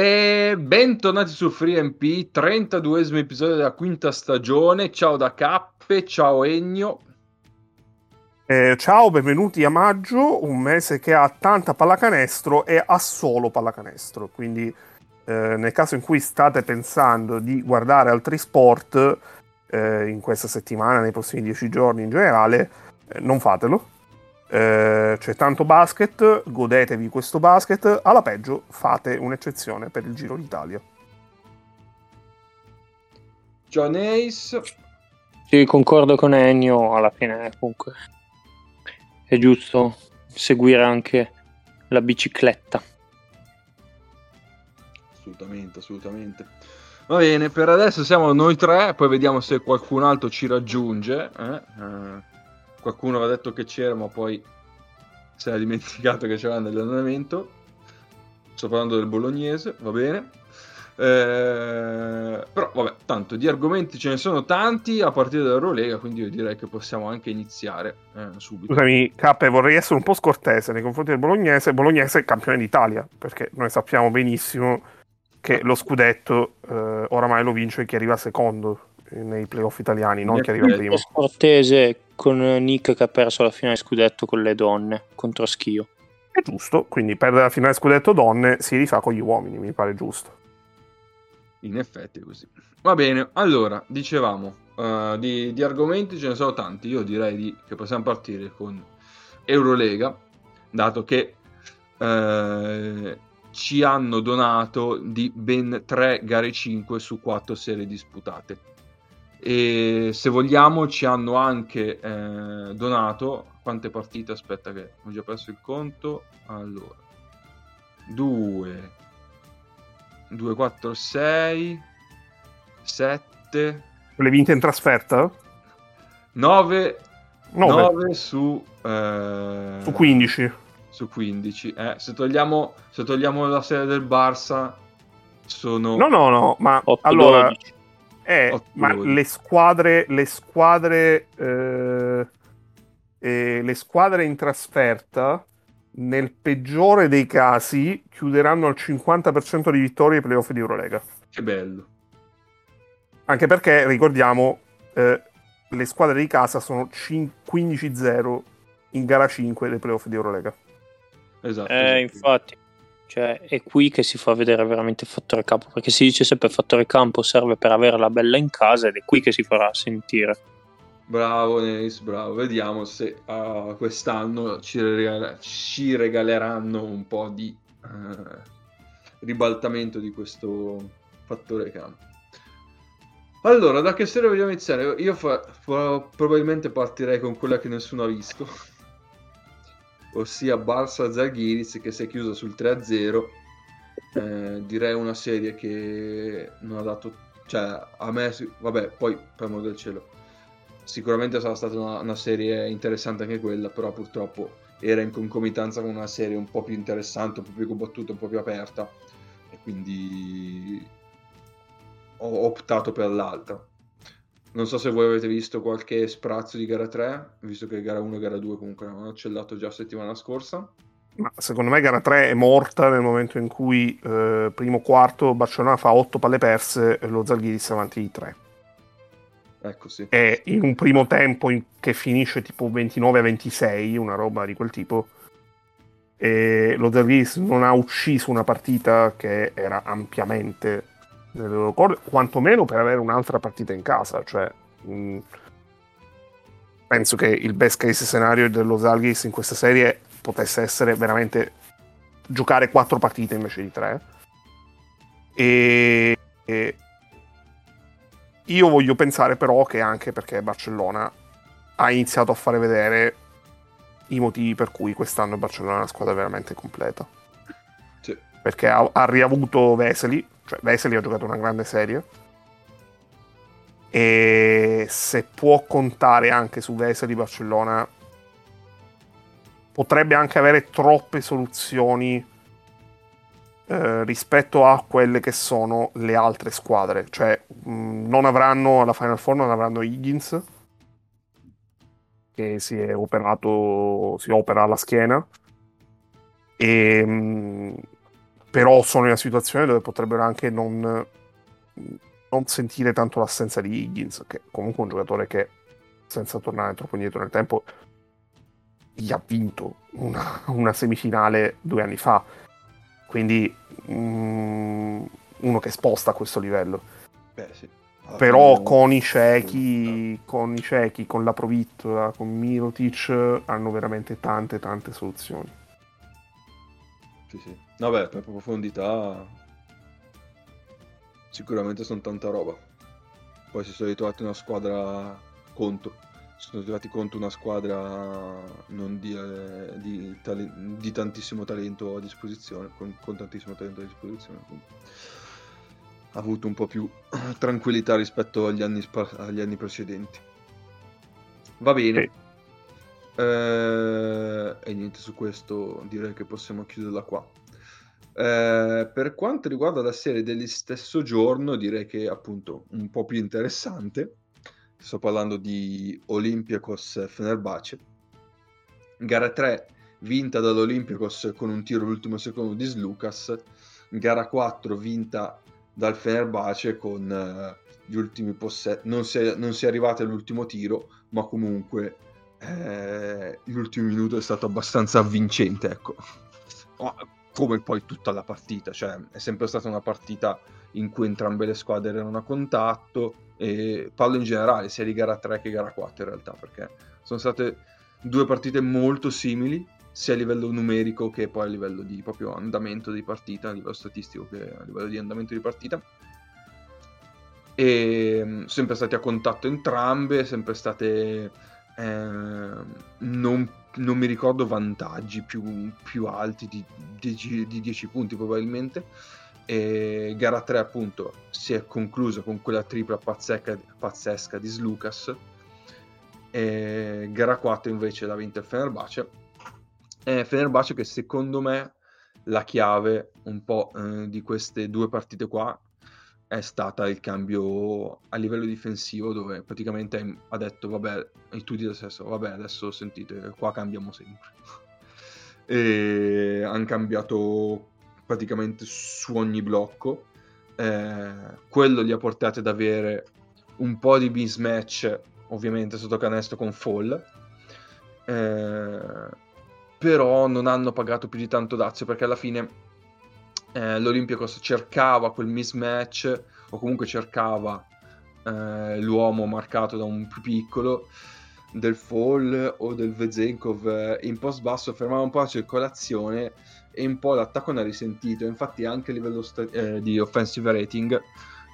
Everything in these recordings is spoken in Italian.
E bentornati su FreeMP, 32esimo episodio della quinta stagione. Ciao da Cappe, ciao Ennio. Ciao, benvenuti a maggio, un mese che ha tanta pallacanestro e ha solo pallacanestro. Quindi, nel caso in cui state pensando di guardare altri sport in questa settimana, nei prossimi 10 giorni in generale, non fatelo. C'è tanto basket, godetevi questo basket. Alla peggio, fate un'eccezione per il Giro d'Italia. John Ace. Sì, concordo con Ennio, alla fine comunque è giusto seguire anche la bicicletta. Assolutamente. Va bene, per adesso siamo noi tre, poi vediamo se qualcun altro ci raggiunge. Qualcuno aveva detto che c'era, ma poi si era dimenticato che c'era nell'allenamento. Sto parlando del bolognese, va bene. Però vabbè, tanto di argomenti ce ne sono tanti a partire dall'Eurolega, quindi io direi che possiamo anche iniziare subito. Scusami, Cappe, vorrei essere un po' scortese nei confronti del Bolognese. Bolognese è campione d'Italia, perché noi sappiamo benissimo che lo scudetto oramai lo vince chi arriva secondo nei playoff italiani, non chi arriva primo. È scortese con Nick che ha perso la finale scudetto con le donne contro Schio. È giusto, quindi perdere la finale scudetto donne si rifà con gli uomini, mi pare giusto. In effetti è così. Va bene, allora, dicevamo, di argomenti ce ne sono tanti. Io direi che possiamo partire con Eurolega, dato che ci hanno donato di ben 3 gare 5 su 4 serie disputate. E se vogliamo ci hanno anche donato quante partite? Aspetta che ho già perso il conto. Allora, 2 4 6 7 Le vinte in trasferta? 9 9 su 15. su 15. Se togliamo la serie del Barça sono No, ma 8, allora 12. ma 8-12. le squadre in trasferta nel peggiore dei casi chiuderanno al 50% di vittorie ai playoff di Eurolega. Che bello. Anche perché, ricordiamo, le squadre di casa sono 15-0 in gara 5 dei playoff di Eurolega. Esatto. Infatti, cioè, è qui che si fa vedere veramente il fattore campo, perché si dice sempre il fattore campo serve per avere la bella in casa ed è qui che si farà sentire. Bravo Neis, bravo. Vediamo se quest'anno ci regaleranno un po' di ribaltamento di questo fattore campo. Allora, da che serie vogliamo iniziare? Io probabilmente partirei con quella che nessuno ha visto, ossia Barça-Zalgiris, che si è chiusa sul 3-0. Direi una serie che non ha dato, cioè a me, vabbè, poi per amor del cielo, sicuramente sarà stata una serie interessante anche quella, però purtroppo era in concomitanza con una serie un po' più interessante, un po' più combattuta, un po' più aperta, e quindi ho optato per l'altra. Non so se voi avete visto qualche sprazzo di gara 3, visto che gara 1 e gara 2 comunque hanno accellato già settimana scorsa. Ma secondo me gara 3 è morta nel momento in cui primo quarto Barcellona fa 8 palle perse e lo Zalgiris è avanti di 3. Ecco, sì. E in un primo tempo che finisce tipo 29-26, una roba di quel tipo, e lo Zalgiris non ha ucciso una partita che era ampiamente nelle loro corde, quantomeno per avere un'altra partita in casa. Cioè, penso che il best case scenario dello Zalgiris in questa serie potesse essere veramente giocare 4 partite invece di 3. E io voglio pensare però che anche perché Barcellona ha iniziato a fare vedere i motivi per cui quest'anno Barcellona è una squadra veramente completa. Sì. Perché ha riavuto Vesely, cioè Vesely ha giocato una grande serie, e se può contare anche su Vesely, Barcellona potrebbe anche avere troppe soluzioni rispetto a quelle che sono le altre squadre. Cioè non avranno alla Final Four, non avranno Higgins, che si opera alla schiena, e però sono in una situazione dove potrebbero anche non sentire tanto l'assenza di Higgins, che comunque è un giocatore che, senza tornare troppo indietro nel tempo, gli ha vinto una semifinale 2 anni fa. Quindi uno che sposta a questo livello. Beh, sì. Alla Però fine- con i cechi, con la Provittola, con Mirotic, hanno veramente tante soluzioni. Sì, sì. Vabbè, per profondità sicuramente sono tanta roba. Poi si sono ritrovati una squadra contro. Si sono ritrovati contro una squadra non di tantissimo talento a disposizione, con tantissimo talento a disposizione. Quindi ha avuto un po' più tranquillità rispetto agli anni precedenti. Va bene. Sì. E niente, su questo direi che possiamo chiuderla qua. Per quanto riguarda la serie dello stesso giorno, direi che appunto un po' più interessante. Sto parlando di Olympiacos Fenerbahce. Gara 3 vinta dall'Olympiacos con un tiro all'ultimo secondo di Slukas. Gara 4 vinta dal Fenerbahce con gli ultimi possessi. Non si è arrivati all'ultimo tiro, ma comunque l'ultimo minuto è stato abbastanza avvincente, ecco. Come poi tutta la partita, cioè è sempre stata una partita in cui entrambe le squadre erano a contatto, e parlo in generale sia di gara 3 che gara 4 in realtà, perché sono state due partite molto simili sia a livello numerico che poi a livello di proprio andamento di partita, a livello statistico che a livello di andamento di partita, e sempre state a contatto entrambe, sempre state non mi ricordo vantaggi più alti di 10 punti probabilmente. E gara 3 appunto si è conclusa con quella tripla pazzesca di Slukas, e gara 4 invece l'ha vinta il Fenerbahce. Fenerbahce che secondo me la chiave un po' di queste due partite qua è stata il cambio a livello difensivo, dove praticamente ha detto vabbè, i tutti del sesso, vabbè adesso sentite, qua cambiamo sempre. E hanno cambiato praticamente su ogni blocco. Quello li ha portati ad avere un po' di mismatch ovviamente sotto canestro con Fall, però non hanno pagato più di tanto dazio, perché alla fine l'Olympiacos cercava quel mismatch, o comunque cercava l'uomo marcato da un più piccolo del Fall o del Vezenkov in post basso, fermava un po' la circolazione e un po' l'attacco ne ha risentito. Infatti anche a livello di offensive rating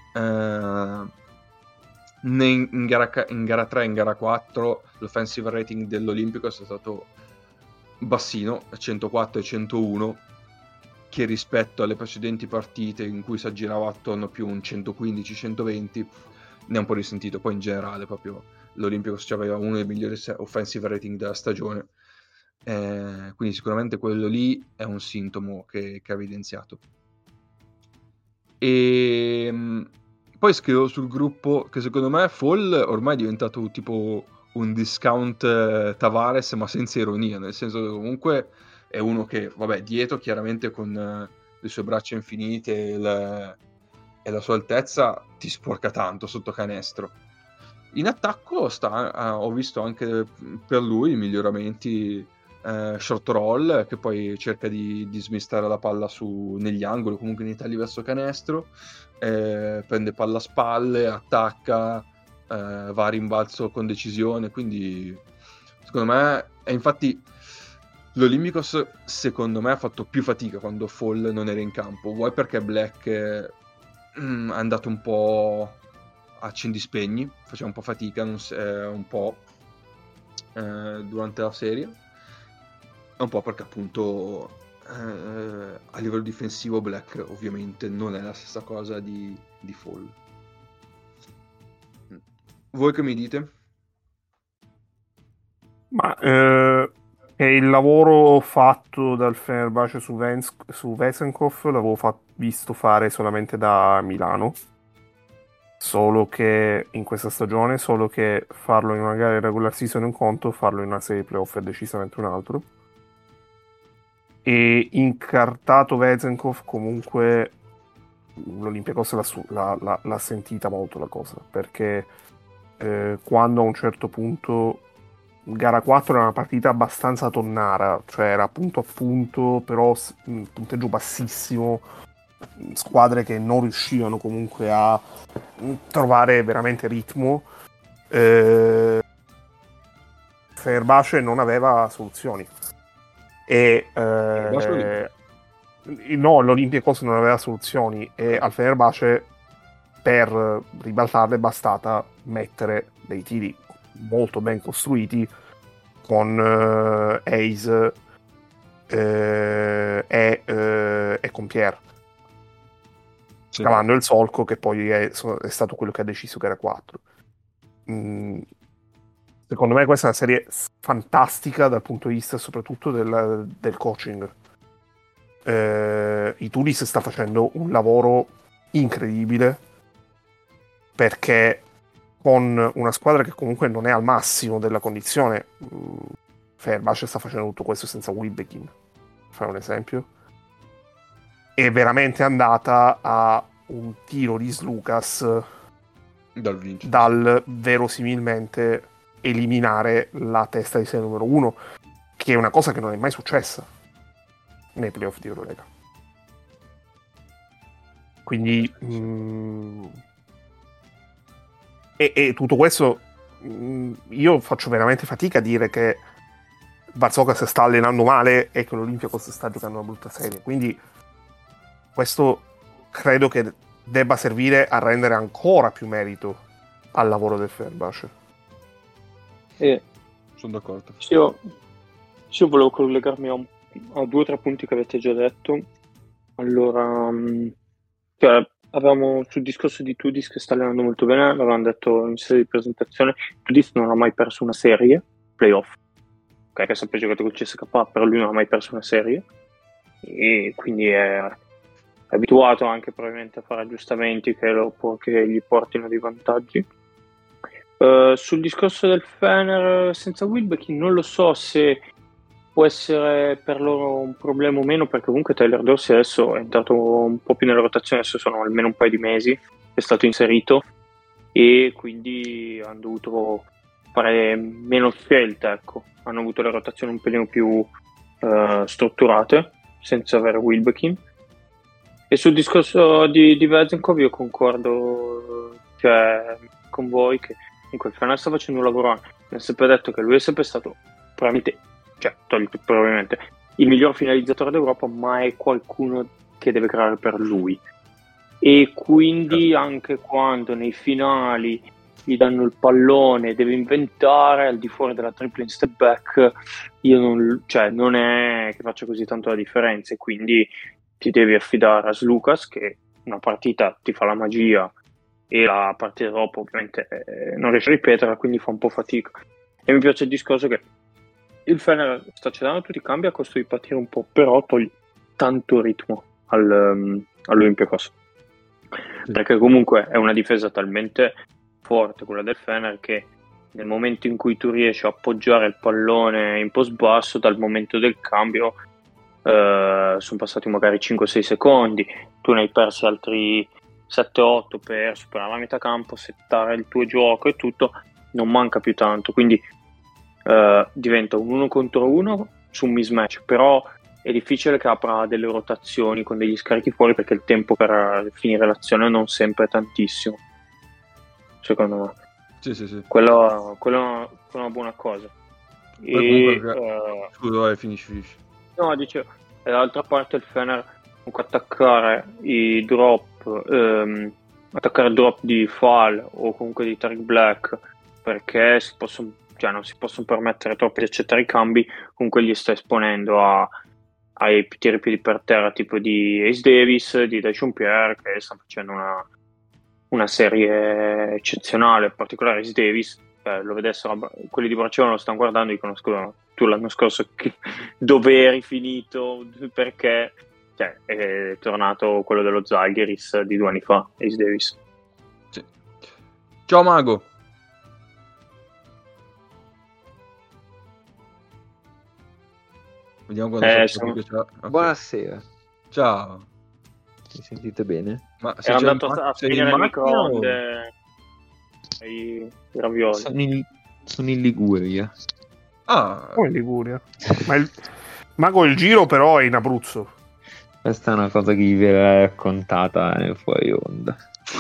in gara 3 e in gara 4 l'offensive rating dell'Olympiacos è stato bassino, 104 e 101, che rispetto alle precedenti partite in cui si aggirava attorno più un 115-120 ne ha un po' risentito. Poi in generale proprio l'Olympiacos aveva uno dei migliori offensive rating della stagione, quindi sicuramente quello lì è un sintomo che ha evidenziato. E poi scrivo sul gruppo che secondo me Fall ormai è diventato tipo un discount Tavares, ma senza ironia, nel senso che comunque è uno che, vabbè, dietro chiaramente con le sue braccia infinite e la sua altezza ti sporca tanto sotto canestro. In attacco ho visto anche per lui miglioramenti, short roll, che poi cerca di smistare la palla negli angoli, comunque nei tagli verso canestro, prende palla a spalle, attacca, va a rimbalzo con decisione, quindi secondo me, e infatti l'Olympiacos secondo me ha fatto più fatica quando Fall non era in campo, vuoi perché Black è andato un po' accendi spegni, faceva un po' fatica, un po' durante la serie, un po' perché appunto a livello difensivo Black ovviamente non è la stessa cosa di Fall. Voi che mi dite? Ma è il lavoro fatto dal Fenerbahce su Vesenkov, l'avevo visto fare solamente da Milano, solo che in questa stagione, solo che farlo in una gara regular season è un conto, farlo in una serie playoff è decisamente un altro. e incartato Vezenkov comunque l'Olympiacos l'ha sentita molto la cosa, perché quando a un certo punto gara 4 era una partita abbastanza tonnara, cioè era punto a punto, però punteggio bassissimo, squadre che non riuscivano comunque a trovare veramente ritmo. Fenerbahce non aveva soluzioni e no, l'Olympiacos non aveva soluzioni e al Fenerbahce per ribaltarle è bastata mettere dei tiri molto ben costruiti con Hayes e con Pierre, scavando il solco, che poi è stato quello che ha deciso gara 4. Secondo me questa è una serie fantastica dal punto di vista soprattutto del coaching. Ituris sta facendo un lavoro incredibile, perché con una squadra che comunque non è al massimo della condizione, Fenerbahce sta facendo tutto questo senza Wilbekin, per fare un esempio, è veramente andata a un tiro di Slucas dal verosimilmente eliminare la testa di serie numero 1, che è una cosa che non è mai successa nei playoff di Eurolega. Quindi e tutto questo io faccio veramente fatica a dire che Barzokas sta allenando male e che l'Olympiacos sta giocando una brutta serie, quindi questo credo che debba servire a rendere ancora più merito al lavoro del Fenerbahce. Sono d'accordo. Io volevo collegarmi a 2 o 3 punti che avete già detto. Allora, avevamo sul discorso di Tudis che sta allenando molto bene, l'avevamo detto in serie di presentazione. Tudis non ha mai perso una serie playoff, che ha sempre giocato col CSKA, però lui non ha mai perso una serie e quindi è abituato anche probabilmente a fare aggiustamenti che gli portino dei vantaggi. Sul discorso del Fener senza Wilbekin non lo so se può essere per loro un problema o meno, perché comunque Tyler Dorsey adesso è entrato un po' più nella rotazione, adesso sono almeno un paio di mesi è stato inserito e quindi hanno dovuto fare meno scelte, ecco. Hanno avuto le rotazioni un pelino più strutturate senza avere Wilbekin. E sul discorso di Vezenkov io concordo con voi che comunque il Fener sta facendo un lavoro, mi ha sempre detto che lui è sempre stato probabilmente il miglior finalizzatore d'Europa, ma è qualcuno che deve creare per lui, e quindi anche quando nei finali gli danno il pallone deve inventare al di fuori della triple in step back, non è che faccia così tanto la differenza, e quindi ti devi affidare a Slucas che una partita ti fa la magia e la partita dopo ovviamente non riesce a ripeterla, quindi fa un po' fatica. E mi piace il discorso che il Fener sta cedendo tutti i cambi a costo di patire un po', però toglie tanto ritmo all'Olympiacos, perché comunque è una difesa talmente forte quella del Fener che nel momento in cui tu riesci a appoggiare il pallone in post basso, dal momento del cambio sono passati magari 5-6 secondi, tu ne hai persi altri 7-8 per superare la metà campo, settare il tuo gioco e tutto, non manca più tanto, quindi diventa un 1 contro 1 su un mismatch, però è difficile che apra delle rotazioni con degli scarichi fuori, perché il tempo per finire l'azione non sempre è tantissimo, secondo me. Sì. Quello è una buona cosa. Scusa, finisci. No, dicevo, dall'altra parte il Fener può attaccare i drop, attaccare il drop di Fall o comunque di Tariq Black, perché non si possono permettere troppo di accettare i cambi, comunque gli sta esponendo ai tiri piedi per terra tipo di Ace Davis, di Dyson Pierre, che stanno facendo una serie eccezionale, in particolare Ace Davis. Lo vedessero quelli di Barcellona, lo stanno guardando e dicono: scusa, tu l'anno scorso dove eri finito, perché è tornato quello dello Zalgiris di 2 anni fa, Ace Davis. Sì. Ciao Mago. Vediamo quando sono- okay. Buonasera. Ciao. Mi sentite bene? Ma sei Era già andato a sei spegnere il macchina o- microonde i ravioli. Sono in Liguria. Ah, Come in Liguria. Mago, il giro però è in Abruzzo. Questa è una cosa che vi verrà raccontata fuori onda.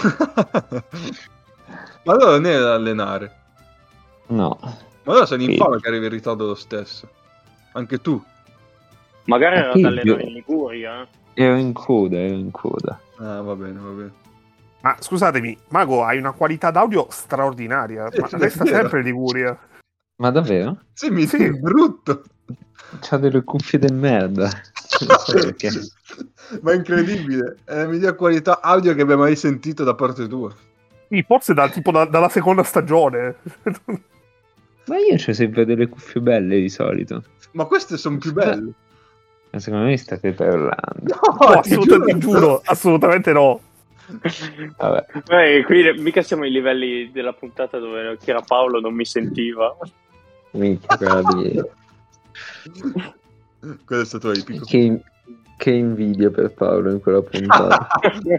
ma allora non è da allenare. No. Ma allora sei un Sì. infame che arrivi in ritardo lo stesso. Anche tu. Magari Ma era sì, da allenare io- in Liguria. Ero in coda. Ah, va bene, va bene. Ma scusatemi, Mago, hai una qualità d'audio straordinaria. Sì, Ma è resta vero. sempre in Liguria. Ma davvero? Sì, mi Sì. è brutto. C'ha delle cuffie del merda. Non so perché. Ma è incredibile. È la miglior qualità audio che abbia mai sentito da parte tua. Sì, forse dalla seconda stagione. Ma io c'ho sempre delle cuffie belle di solito. Ma queste sono più belle. Ma secondo me state parlando. No, ti assolutamente, giuro, assolutamente no. Vabbè. Qui mica siamo ai livelli della puntata dove chi era Paolo non mi sentiva. Minchia, quella di... Quello è stato epico. Che invidia per Paolo in quella puntata.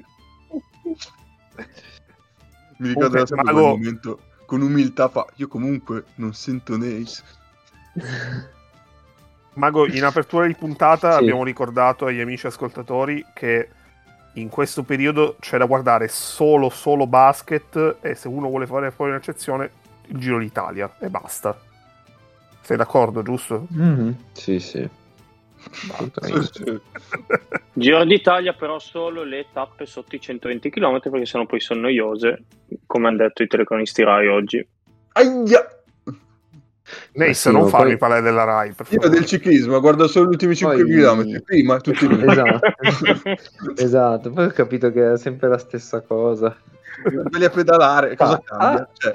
Mi ricordo Comunque, sempre Mago- quel momento con umiltà fa. Io comunque non sento Nace. Mago, in apertura di puntata Sì. abbiamo ricordato agli amici ascoltatori che in questo periodo c'è da guardare solo basket e se uno vuole fare poi un'eccezione, il Giro d'Italia e basta. Sei d'accordo, giusto? Sì. Assolutamente. Giro d'Italia però solo le tappe sotto i 120 km perché sennò poi sono noiose, come hanno detto i telecronisti Rai oggi. Aia! Neis, sì, non ma farmi poi- parlare della Rai, per Io favore. del ciclismo guardo solo gli ultimi 5 Poi- km. Prima tutti i Esatto, poi ho capito che era sempre la stessa cosa. quelli a pedalare. Cosa cambia? Cioè,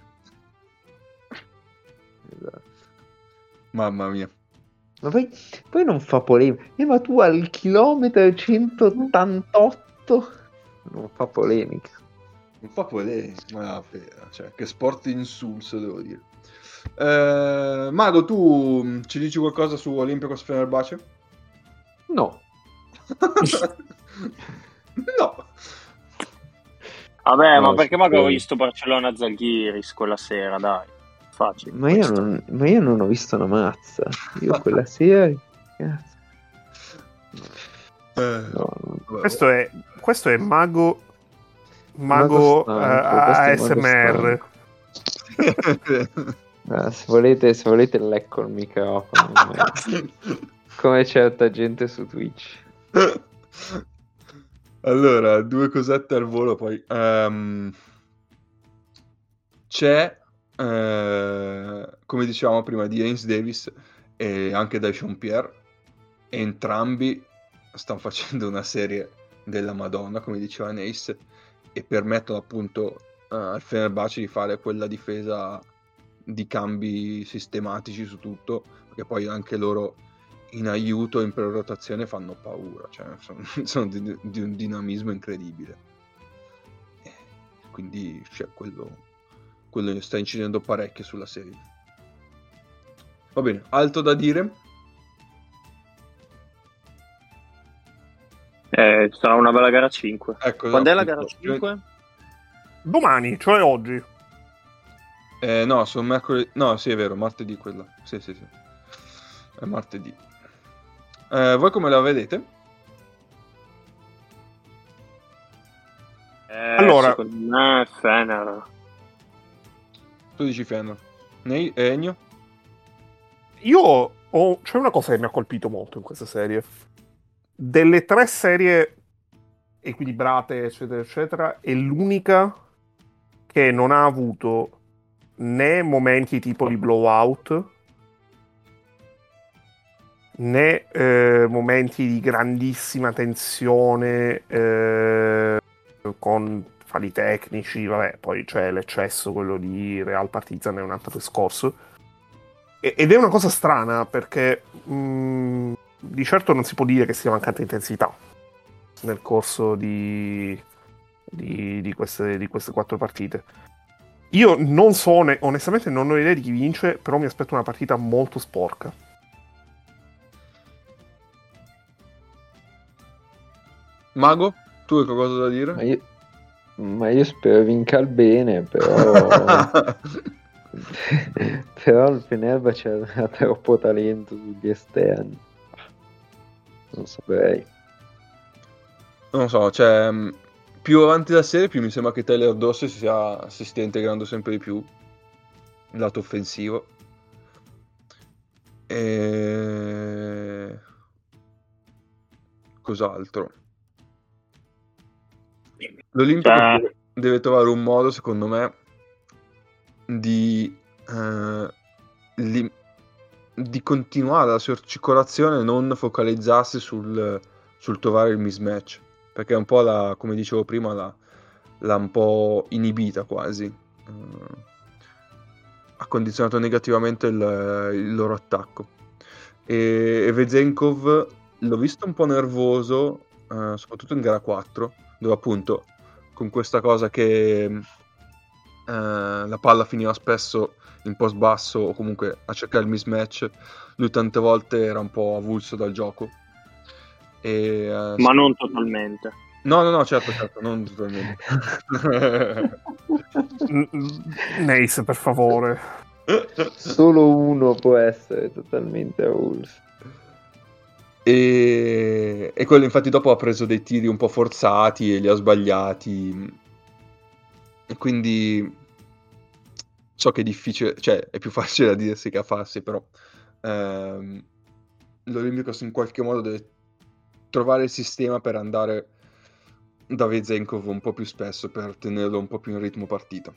Esatto. mamma mia. Ma poi non fa polemica. Ma tu al chilometro 188 non fa polemica. Un po' ma cioè, che sport insulso, devo dire. Mago, tu ci dici qualcosa su Olympiacos Fenerbahce? No. No. Vabbè, No, ma perché magari ho sì. visto Barcellona Zalgiris quella sera, dai. Facile. Ma io non ho visto una mazza. Io quella sera... Cazzo. No. Vabbè. Questo è Mago Mago stanco, questo è Mago ASMR. se volete lecco il microfono. Come certa gente su Twitch. Allora, due cosette al volo poi. C'è, come dicevamo prima, di Haynes Davis e anche da Sean Pierre. Entrambi stanno facendo una serie della Madonna, come diceva Nace, e permettono appunto al Fenerbahce di fare quella difesa di cambi sistematici su tutto, perché poi anche loro in aiuto in prorotazione fanno paura, cioè sono di un dinamismo incredibile. Quindi cioè, quello sta incidendo parecchio sulla serie. Va bene, altro da dire? Sarà una bella gara 5. Ecco, Quando è la appunto, gara 5? Domani, cioè oggi. No, sono mercoledì. No, sì, è vero, martedì quella. Sì. È martedì. Voi come la vedete? Allora- Secondo me Fener. Tu dici Fener. Ennio? C'è una cosa che mi ha colpito molto in questa serie. Delle 3 serie equilibrate, eccetera, eccetera, è l'unica che non ha avuto né momenti tipo di blowout, né momenti di grandissima tensione con falli tecnici, vabbè, poi c'è l'eccesso, quello di Real Partizan, è un altro discorso. Ed è una cosa strana perché di certo non si può dire che sia mancata intensità nel corso di queste 4 partite. Io non so, onestamente non ho idea di chi vince, però mi aspetto una partita molto sporca. Mago, tu hai qualcosa da dire? Ma io spero vinca il bene, però però il Fenerbahce ha troppo talento sugli esterni, non saprei. Non so, cioè, più avanti la serie, più mi sembra che Tyler Dorsey si stia integrando sempre di più il lato offensivo. E... cos'altro? L'Olimpico deve trovare un modo, secondo me, di continuare la sua circolazione e non focalizzarsi sul trovare il mismatch, perché un po' come dicevo prima, l'ha un po' inibita quasi. Ha condizionato negativamente il loro attacco. E Vezenkov l'ho visto un po' nervoso, soprattutto in gara 4, dove appunto con questa cosa che la palla finiva spesso in post basso o comunque a cercare il mismatch, lui tante volte era un po' avulso dal gioco. Ma non totalmente. No, certo, non totalmente. Nace, per favore. Solo uno può essere totalmente avulso. E quello infatti dopo ha preso dei tiri un po' forzati e li ha sbagliati. E quindi so che è difficile, cioè è più facile da dirsi che a farsi, però l'Olympicos in qualche modo deve trovare il sistema per andare da Vezenkov un po' più spesso, per tenerlo un po' più in ritmo partita.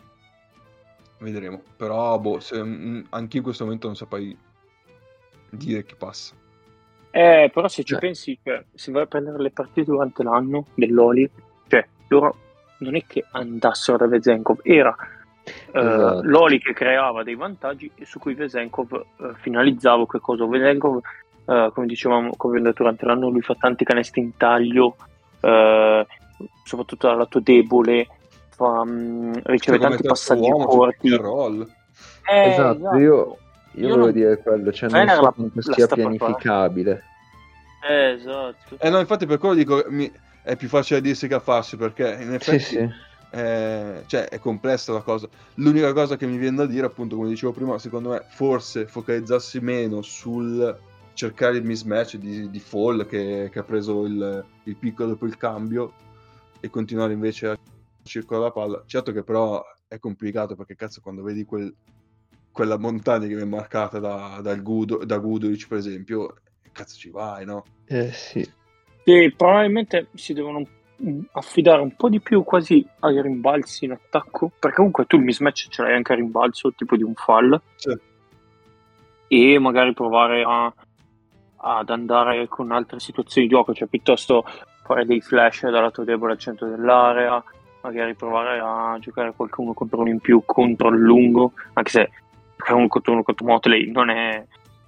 Vedremo, però anche in questo momento non saprei dire chi passa. Però se ci pensi, se vai a prendere le partite durante l'anno dell'Oli, cioè loro non è che andassero da Vezenkov, era Esatto. l'Oli che creava dei vantaggi e su cui Vezenkov finalizzava quel coso. Vezenkov, come dicevamo, come abbiamo detto durante l'anno, lui fa tanti canestri in taglio, soprattutto dal lato debole, riceve tanti passaggi corti. Esatto, io volevo dire quello, cioè non so quanto sia pianificabile. Esatto. No, infatti per quello dico, è più facile dirsi che a farsi, perché in effetti cioè, è complessa la cosa. L'unica cosa che mi viene da dire, appunto, come dicevo prima, secondo me forse focalizzarsi meno sul cercare il mismatch di Fall che ha preso il picco dopo il cambio e continuare invece a circolare la palla. Certo che però è complicato, perché cazzo, quando vedi quella montagna che viene marcata da Guduric, per esempio, cazzo ci vai, no? Sì. E probabilmente si devono affidare un po' di più quasi ai rimbalzi in attacco, perché comunque tu il mismatch ce l'hai anche a rimbalzo, tipo di un fall, sì. E magari provare ad andare con altre situazioni di gioco, cioè piuttosto fare dei flash dal lato debole al centro dell'area, magari provare a giocare qualcuno contro uno in più contro il lungo, anche se uno contro Motley non è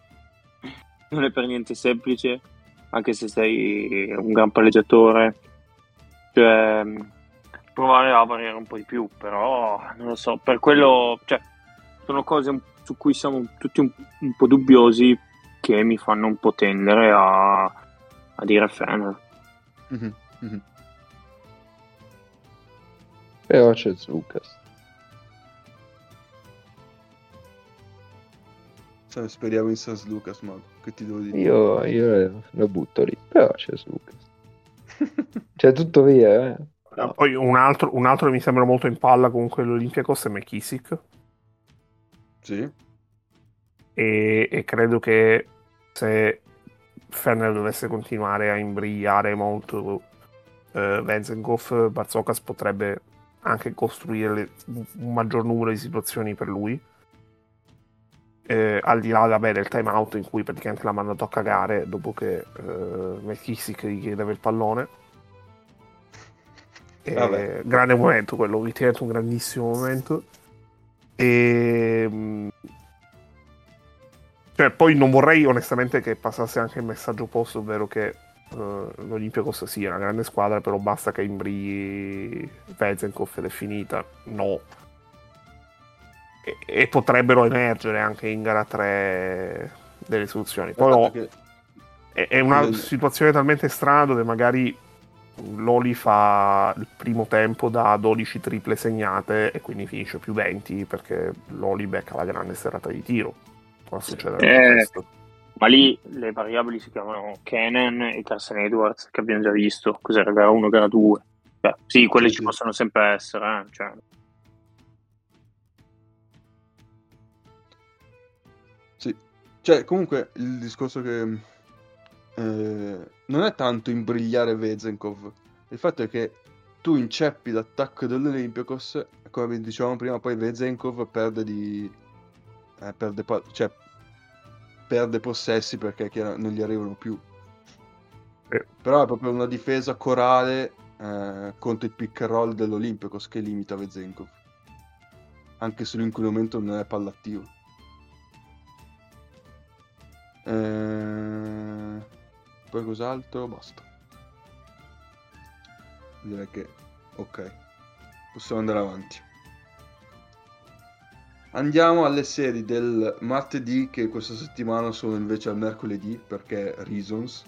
per niente semplice, anche se sei un gran palleggiatore, cioè provare a variare un po' di più, però non lo so, per quello, cioè sono cose su cui siamo tutti un po' dubbiosi, che mi fanno un po' tendere a dire Fener. Mm-hmm. Però c'è Lucas. Speriamo in Sans Lucas, ma che ti devo dire? Io lo butto lì, però c'è Lucas. C'è tutto via, No. Poi un altro che mi sembra molto in palla comunque l'Olympiacos è McKissick. Sì. E credo che se Fener dovesse continuare a imbrigliare molto Vezenkov, Barzokas potrebbe anche costruire un maggior numero di situazioni per lui, al di là del time out in cui praticamente l'ha mandato a cagare dopo che McKissick gli chiedeva il pallone. Grande momento quello, ovviamente un grandissimo momento. E cioè, poi non vorrei onestamente che passasse anche il messaggio opposto, ovvero che l'Olympiacos sia una grande squadra, però basta che imbrigli Vezenkov ed è finita. No. E potrebbero emergere anche in gara 3 delle soluzioni. Poi è una situazione talmente strana dove magari l'Oli fa il primo tempo da 12 triple segnate e quindi finisce più 20 perché l'Oli becca la grande serata di tiro. Può succedere questo. Ma lì le variabili si chiamano Kenan e Carson Edwards, che abbiamo già visto. Cos'era, gara 1, gara 2? Sì, quelli ci possono sempre essere. Sì, cioè comunque il discorso che non è tanto imbrigliare Vezenkov, il fatto è che tu inceppi l'attacco dell'Olympiakos, come dicevamo prima, poi Vezenkov perde possessi perché non gli arrivano più. Però è proprio una difesa corale contro il pick and roll dell'Olympiakos che limita Vezenkov, anche se lui in quel momento non è pallattivo. Poi cos'altro? Basta. Direi che ok, possiamo andare avanti. Andiamo alle serie del martedì, che questa settimana sono invece al mercoledì perché reasons.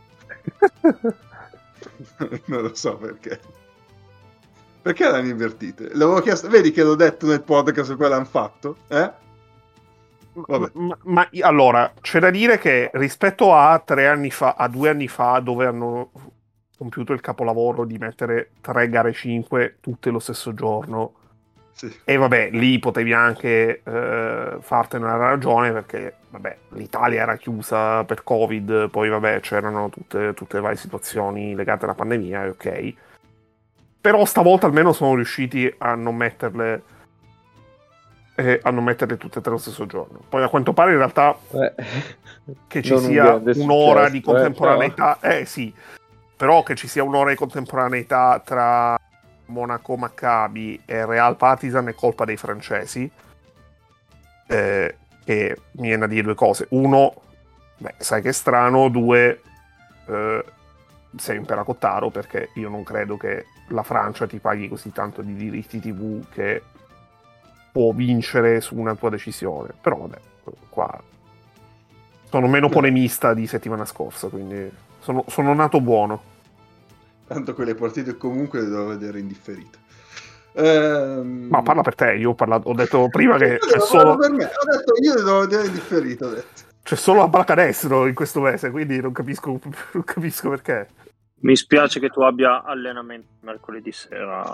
Non lo so perché. Perché l'hanno invertite? L'avevo chiesto, vedi che l'ho detto nel podcast, quello l'hanno fatto, Vabbè. Ma allora, c'è da dire che rispetto a 2 anni fa, dove hanno compiuto il capolavoro di mettere 3 gare 5 tutte lo stesso giorno, sì. E vabbè, lì potevi anche fartene una ragione, perché vabbè, l'Italia era chiusa per Covid, poi vabbè, c'erano tutte le varie situazioni legate alla pandemia, ok. Però stavolta almeno sono riusciti a non metterle tutte e 3 lo stesso giorno. Poi a quanto pare in realtà che ci sia un'ora di contemporaneità, sì, però che ci sia un'ora di contemporaneità tra Monaco Maccabi e Real Partizan è colpa dei francesi, che mi viene a dire 2 cose. Uno, sai che è strano. 2, sei un peracottaro, perché io non credo che la Francia ti paghi così tanto di diritti TV che può vincere su una tua decisione. Però vabbè, qua sono meno polemista di settimana scorsa, quindi sono nato buono. Tanto quelle partite comunque le devo vedere in differita. Ma parla per te, io ho detto prima che c'è solo per me, ho detto io le devo vedere in differita, ho detto. C'è solo la pallacanestro in questo mese, quindi non capisco perché. Mi spiace che tu abbia allenamento mercoledì sera.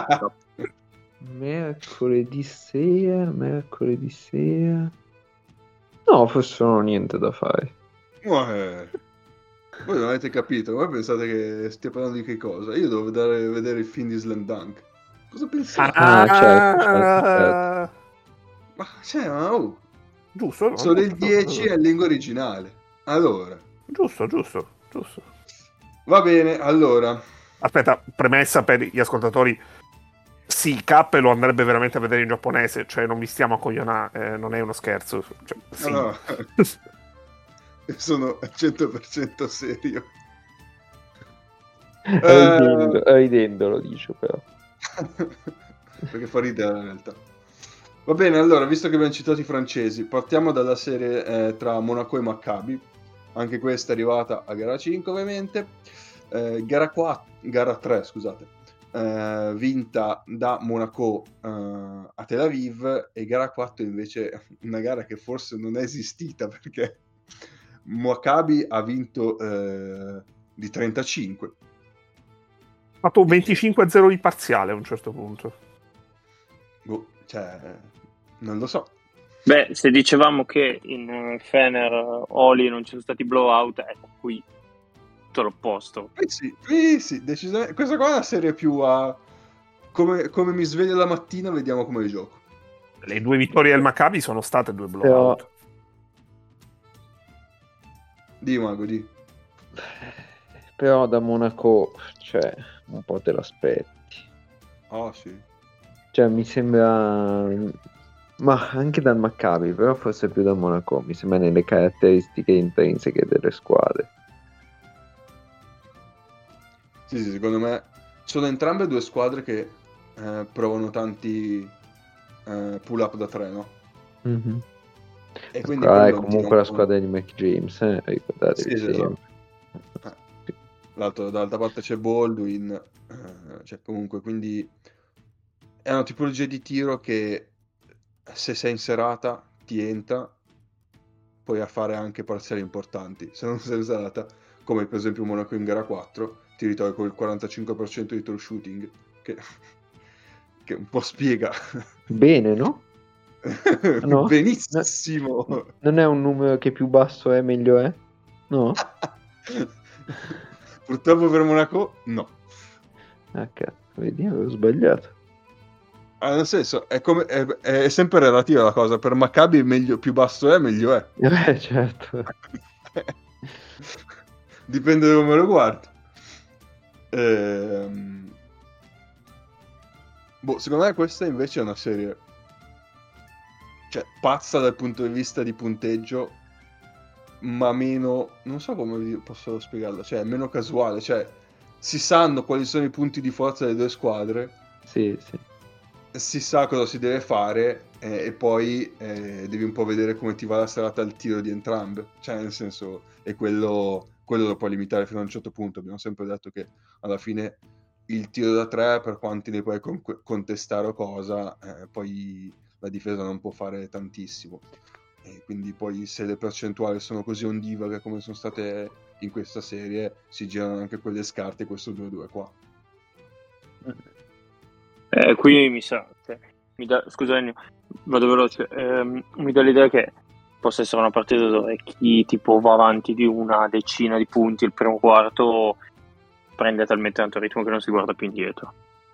Mercoledì sera. No, forse non ho niente da fare. Voi non avete capito, voi pensate che stia parlando di che cosa? Io devo vedere il film di Slam Dunk. Cosa pensate? Certo. Ma giusto, no? Sono il 10 è in lingua originale. Allora. Giusto. Va bene, allora. Aspetta, premessa per gli ascoltatori. Sì, K lo andrebbe veramente a vedere in giapponese, cioè non vi stiamo a coglionare, non è uno scherzo. Cioè, sì. No. Sono al 100% serio. Ridendo lo dice, però. Perché fa ridere la realtà. Va bene, allora, visto che abbiamo citato i francesi, partiamo dalla serie tra Monaco e Maccabi. Anche questa è arrivata a gara 5, ovviamente. Gara 3, scusate. Vinta da Monaco a Tel Aviv, e gara 4 invece una gara che forse non è esistita, perché Maccabi ha vinto di 35. Ha fatto un 25-0 di parziale a un certo punto. Non lo so. Beh, se dicevamo che in Fener Oli non ci sono stati blowout, ecco qui tutto l'opposto. Sì, decisamente. Questa qua è una serie più a come mi sveglio la mattina, vediamo come gioco. Le 2 vittorie del Maccabi sono state 2 blowout. Di Mago, di. Però da Monaco, cioè, un po' te l'aspetti. Sì. Cioè, mi sembra... Ma anche dal Maccabi, però forse più da Monaco, mi sembra, nelle caratteristiche intrinseche delle squadre. Sì, secondo me sono entrambe 2 squadre che provano tanti pull up da 3, no? Mm-hmm. E quindi è comunque la squadra di Mac James, ricordatevi sempre. dall'altra parte c'è Baldwin, cioè comunque, quindi è una tipologia di tiro che se sei in serata ti entra, puoi fare anche parziali importanti. Se non sei in serata, come per esempio Monaco in gara 4, ti ritrovi con il 45% di true shooting, che un po' spiega. Bene, no? No? Benissimo. Non è un numero che più basso è meglio è? No? Purtroppo per Monaco no. Ah, cazzo, vedi, avevo sbagliato. Nel senso, è sempre relativa la cosa. Per Maccabi meglio, più basso è, meglio è. Certo. Dipende da come lo guardi. Secondo me questa invece è una serie, cioè, pazza dal punto di vista di punteggio, ma meno, non so come posso spiegarlo, cioè meno casuale, cioè si sanno quali sono i punti di forza delle due squadre, Sì. si sa cosa si deve fare, e poi devi un po' vedere come ti va la serata al tiro di entrambe, cioè nel senso, e quello lo puoi limitare fino a un certo punto. Abbiamo sempre detto che alla fine il tiro da tre, per quanti ne puoi contestare o cosa, poi la difesa non può fare tantissimo, e quindi poi se le percentuali sono così ondivaghe come sono state in questa serie, si girano anche quelle scarpe, questo 2-2 qua. Qui mi sa, scusami, vado veloce, mi dà l'idea che possa essere una partita dove chi tipo va avanti di una decina di punti il primo quarto prende talmente tanto ritmo che non si guarda più indietro.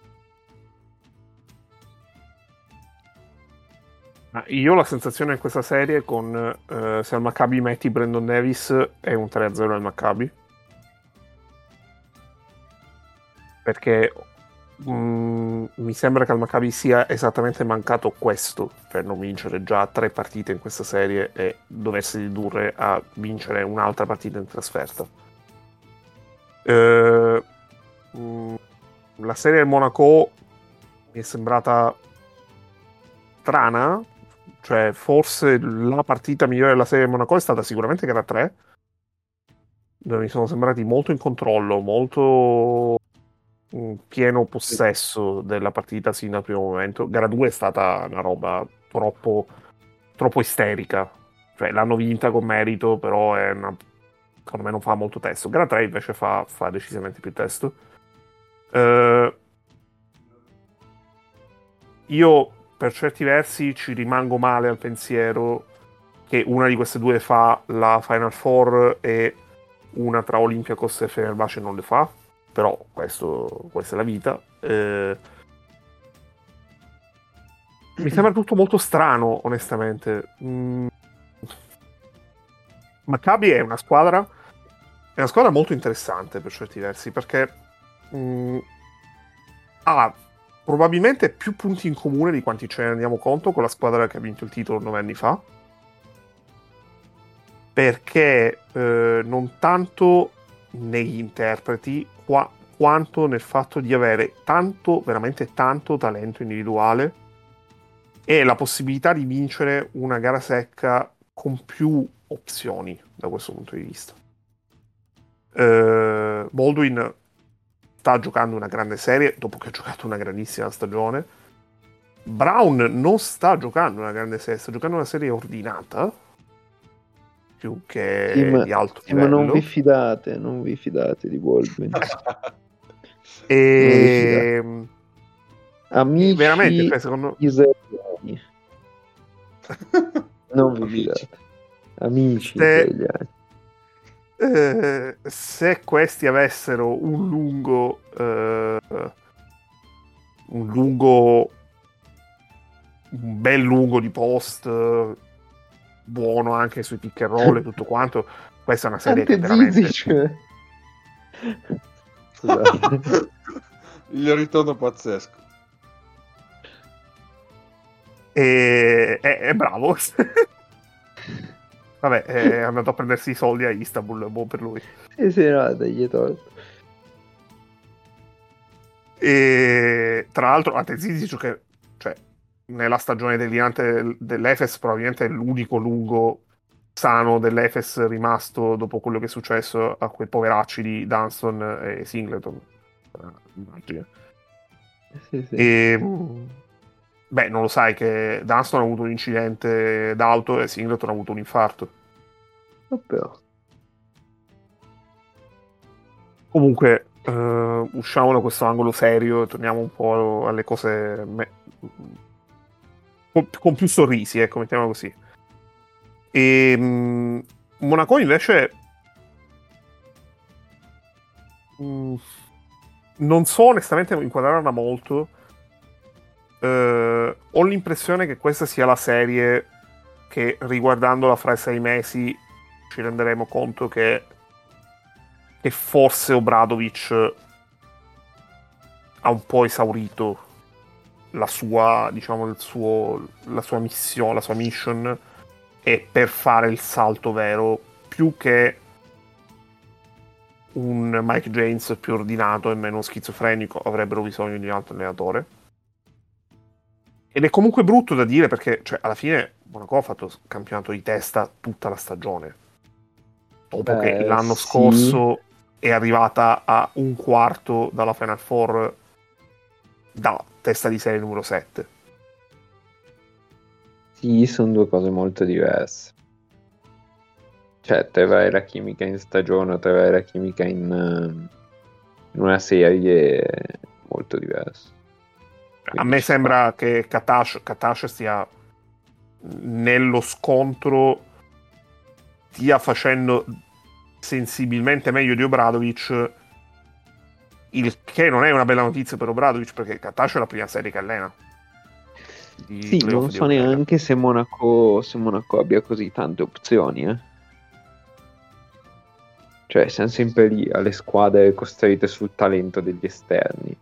Io ho la sensazione in questa serie con se al Maccabi metti Brandon Davis è un 3-0 al Maccabi, perché mi sembra che al Maccabi sia esattamente mancato questo per non vincere già 3 partite in questa serie e doversi ridurre a vincere un'altra partita in trasferta. La serie del Monaco mi è sembrata strana, cioè forse la partita migliore della serie del Monaco è stata sicuramente gara 3, dove mi sono sembrati molto in controllo, molto pieno possesso della partita sin dal primo momento. Gara 2 è stata una roba troppo isterica, cioè l'hanno vinta con merito, però secondo me non fa molto testo. Gara 3 invece fa decisamente più testo. Io per certi versi ci rimango male al pensiero che una di queste due fa la Final Four e una tra Olympiacos e Fenerbahce non le fa, però questa è la vita. Mi sembra tutto molto strano, onestamente. Maccabi è una squadra molto interessante per certi versi, perché ha probabilmente più punti in comune di quanti ce ne rendiamo conto con la squadra che ha vinto il titolo 9 anni fa, perché non tanto negli interpreti quanto nel fatto di avere veramente tanto talento individuale e la possibilità di vincere una gara secca con più opzioni da questo punto di vista. Baldwin sta giocando una grande serie dopo che ha giocato una grandissima stagione. Brown non sta giocando una grande serie, sta giocando una serie ordinata più che di alto livello. Ma non vi fidate di Baldwin. Amici veramente, cioè, secondo israeliani. Non vi fidate. Amici israeliani. Se questi avessero un bel lungo di post, buono anche sui pick and roll e tutto quanto, questa è una serie che veramente il ritorno pazzesco. È bravo. Vabbè, è andato a prendersi i soldi a Istanbul, buon per lui. Sì, no, dagli tolto. E tra l'altro, a Zizic, che cioè, nella stagione delirante dell'Efes probabilmente è l'unico lungo sano dell'Efes rimasto dopo quello che è successo a quei poveracci di Dunston e Singleton. Immagino. Sì, sì. E, beh, non lo sai che Dunston ha avuto un incidente d'auto e Singleton ha avuto un infarto. Però. Comunque, usciamo da questo angolo serio e torniamo un po' alle cose con più sorrisi, ecco, mettiamola così. E Monaco invece non so onestamente inquadrarla molto. Ho l'impressione che questa sia la serie che, riguardandola fra 6 mesi, ci renderemo conto che forse Obradovic ha un po' esaurito la sua, diciamo, la sua missione, la sua mission, e per fare il salto vero, più che un Mike James più ordinato e meno schizofrenico, avrebbero bisogno di un altro allenatore. Ed è comunque brutto da dire perché, cioè, alla fine Monaco ha fatto campionato di testa tutta la stagione. Dopo che l'anno Sì. scorso è arrivata a un quarto dalla Final Four da testa di serie numero 7. Sì, sono due cose molto diverse. Cioè, te vai la chimica in stagione, te vai la chimica in una serie molto diversa. A me sembra che Katash stia nello scontro, stia facendo sensibilmente meglio di Obradovic, il che non è una bella notizia per Obradovic perché Katash è la prima serie che allena. Sì, non so neanche se Monaco abbia così tante opzioni, Cioè, siamo sempre lì alle squadre costruite sul talento degli esterni.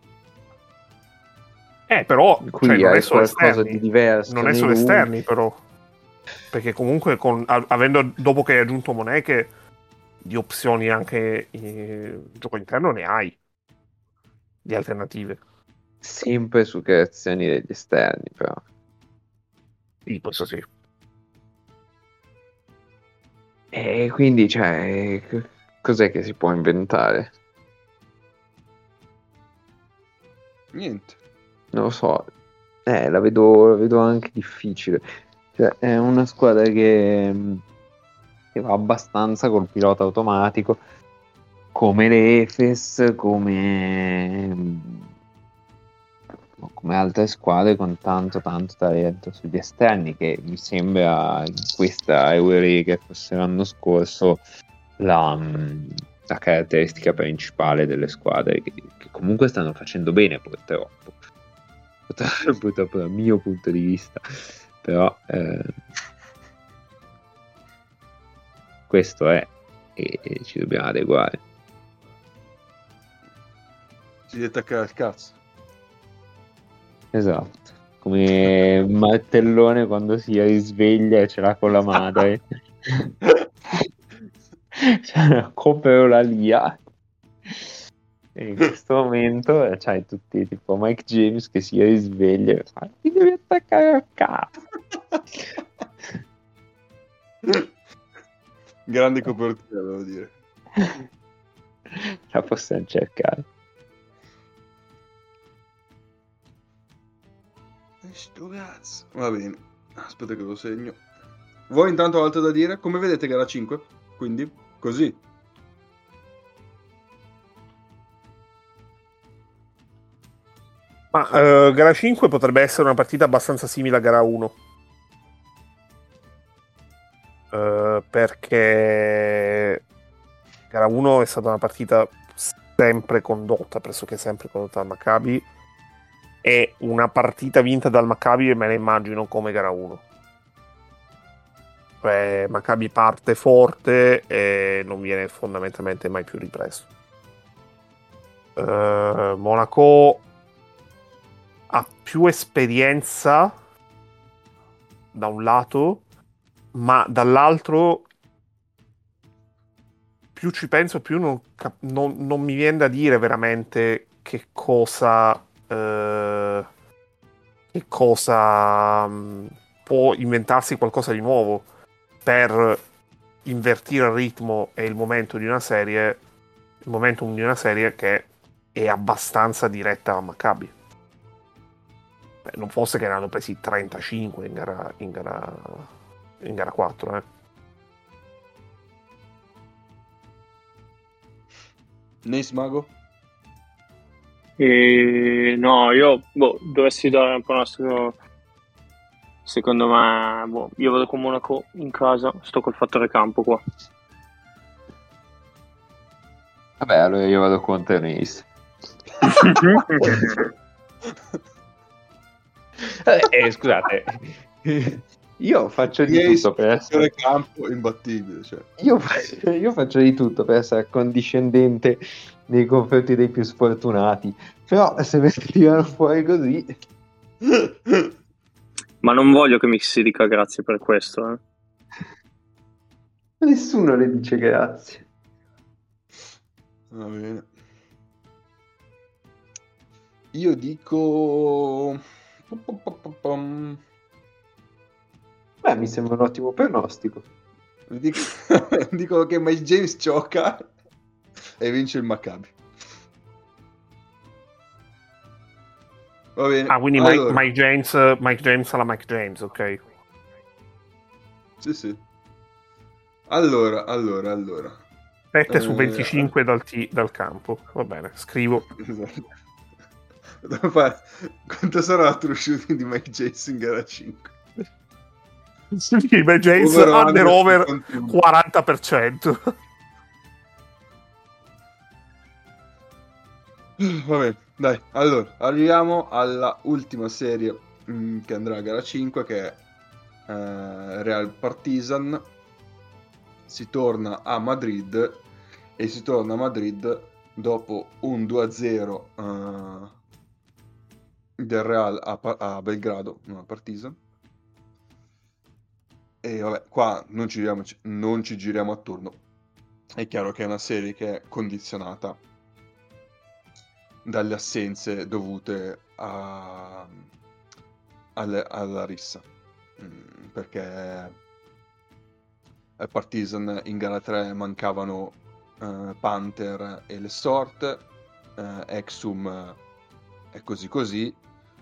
Però qui cioè, non hai è solo qualcosa esterni. di diverso. Non è solo esterni, però. Perché comunque, dopo che hai aggiunto Moneche, di opzioni anche gioco interno ne hai. Di alternative. Sempre su creazioni degli esterni, però. Sì, questo sì. E quindi, cioè, cos'è che si può inventare? Niente. Non lo so, la vedo anche difficile. Cioè, è una squadra che va abbastanza col pilota automatico, come l'Efes, come altre squadre con tanto talento sugli esterni, che mi sembra in questa Eurolega, forse l'anno scorso, la caratteristica principale delle squadre che comunque stanno facendo bene, purtroppo dal mio punto di vista, però questo è, e ci dobbiamo adeguare. Si deve attaccare al cazzo. Esatto, come Martellone quando si risveglia e ce l'ha con la madre. Cioè, compro la Lia. E in questo momento c'hai tutti tipo Mike James che si risveglia e fa: ti devi attaccare al cazzo. Grande copertura, devo dire. La possiamo cercare. Sto cazzo. Va bene, aspetta che lo segno. Voi intanto altro da dire? Come vedete gara 5? Quindi, così. Ma gara 5 potrebbe essere una partita abbastanza simile a gara 1. Perché gara 1 è stata una partita pressoché sempre condotta dal Maccabi, e una partita vinta dal Maccabi me la immagino come gara 1. Cioè Maccabi parte forte e non viene fondamentalmente mai più ripreso. Monaco ha più esperienza da un lato, ma dall'altro più ci penso, più non mi viene da dire veramente che cosa può inventarsi qualcosa di nuovo per invertire il ritmo e il momentum di una serie che è abbastanza diretta a Maccabi. Non fosse che ne hanno presi 35 in gara 4, Neis Mago? No, io dovessi dare un pronostico, secondo me, io vado con Monaco in casa, sto col fattore campo qua. Vabbè, allora io vado con Tennis. Scusate, io faccio di tutto per essere campo imbattibile, cioè. Io faccio di tutto per essere accondiscendente nei confronti dei più sfortunati, però se mi tirano fuori così, ma non voglio che mi si dica grazie per questo, nessuno le dice grazie. Va bene. Io dico Mi sembra un ottimo pronostico. Dico che Mike James gioca e vince il Maccabi. Va bene. quindi allora. Mike James alla Mike James, ok. Sì. Allora. 7 su 25 dal campo. Va bene, scrivo. Esatto. Devo fare... Quanto sarà la true shooting di Mike James in gara 5? Sì, Mike James under 40%. Va bene, dai. Allora, arriviamo alla ultima serie che andrà a gara 5, che è Real Partizan. Si torna a Madrid e si torna a Madrid dopo un 2-0 del Real a Belgrado, non a Partizan. E vabbè, qua non ci giriamo attorno. È chiaro che è una serie che è condizionata dalle assenze dovute alla rissa, perché al Partizan in gara 3 mancavano Panther e Lessort, Exum è così.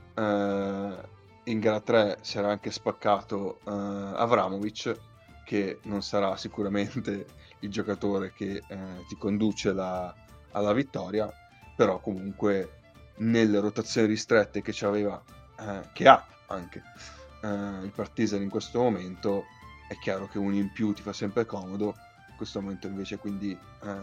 In gara 3 si era anche spaccato Avramovic, che non sarà sicuramente il giocatore che ti conduce alla vittoria, però comunque nelle rotazioni ristrette che ha anche il Partizan in questo momento, è chiaro che uno in più ti fa sempre comodo. In questo momento invece quindi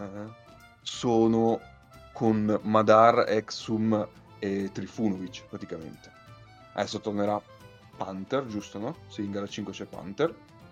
sono con Madar, Exum e Trifunovic praticamente. Adesso tornerà Panther, giusto, no? Sì, in gara 5 c'è Panther.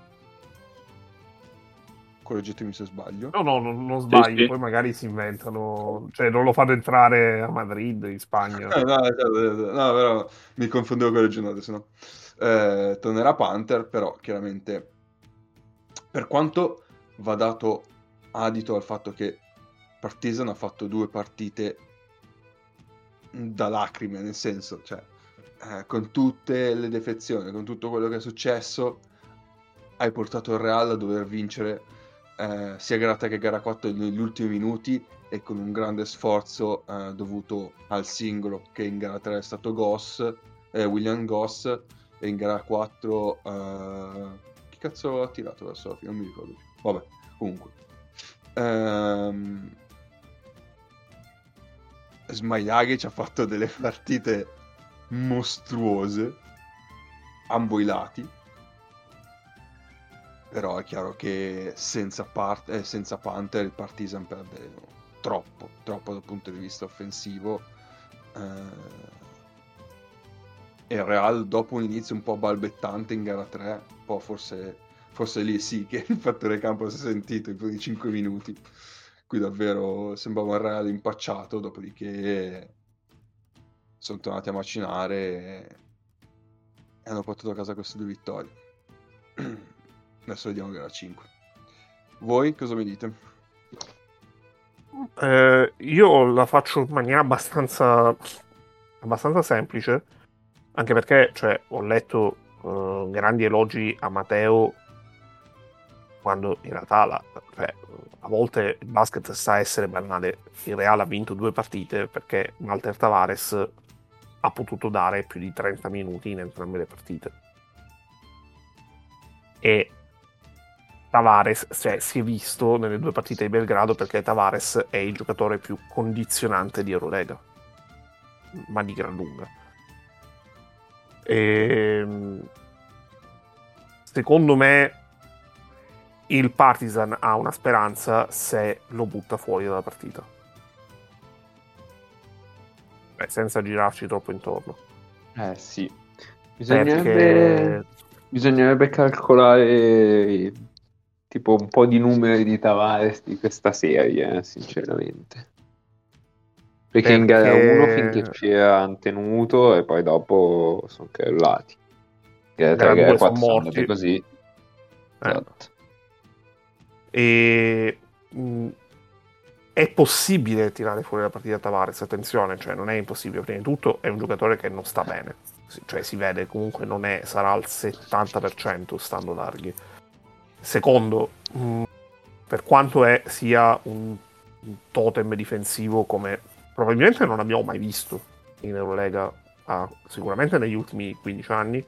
Correggetemi se sbaglio. No, non sbagli, Sì. poi magari si inventano, cioè non lo fanno entrare a Madrid, in Spagna. No, però mi confondevo con le giornate, sennò. Tornerà Panther, però chiaramente, per quanto va dato adito al fatto che Partizan ha fatto 2 partite da lacrime, nel senso, cioè, con tutte le defezioni, con tutto quello che è successo, hai portato il Real a dover vincere sia gara 3 che gara 4 negli ultimi minuti, e con un grande sforzo dovuto al singolo che in gara 3 è stato William Goss, e in gara 4 chi cazzo ha tirato verso la fine? Non mi ricordo più. Vabbè, comunque Smailaghi ci ha fatto delle partite mostruose ambo i lati, però è chiaro che senza Panther il Partizan perde troppo dal punto di vista offensivo, e il Real, dopo un inizio un po' balbettante in gara 3, un po' forse lì sì che il fattore campo si è sentito in più di 5 minuti. Qui davvero sembrava un Real impacciato, dopodiché sono tornati a macinare e hanno portato a casa queste 2 vittorie. Adesso vediamo gara 5. Voi cosa mi dite? Io la faccio in maniera abbastanza semplice, anche perché, cioè, ho letto grandi elogi a Matteo quando in realtà cioè, a volte il basket sa essere banale. Il Real ha vinto 2 partite perché Walter Tavares ha potuto dare più di 30 minuti in entrambe le partite. E Tavares, cioè, si è visto nelle 2 partite di Belgrado perché Tavares è il giocatore più condizionante di Eurolega, ma di gran lunga. Secondo me il Partizan ha una speranza se lo butta fuori dalla partita. Senza girarci troppo intorno. Sì. Perché... Bisognerebbe calcolare tipo un po' di numeri di Tavares di questa serie, sinceramente. Perché in gara 1 finché c'era hanno tenuto e poi dopo sono crollati. Gara 3 e gara 4 sono andate così. Esatto. E è possibile tirare fuori la partita Tavares, attenzione, cioè non è impossibile. Prima di tutto è un giocatore che non sta bene, cioè si vede comunque sarà al 70% stando larghi. Secondo, per quanto sia un totem difensivo come probabilmente non abbiamo mai visto in Eurolega, sicuramente negli ultimi 15 anni,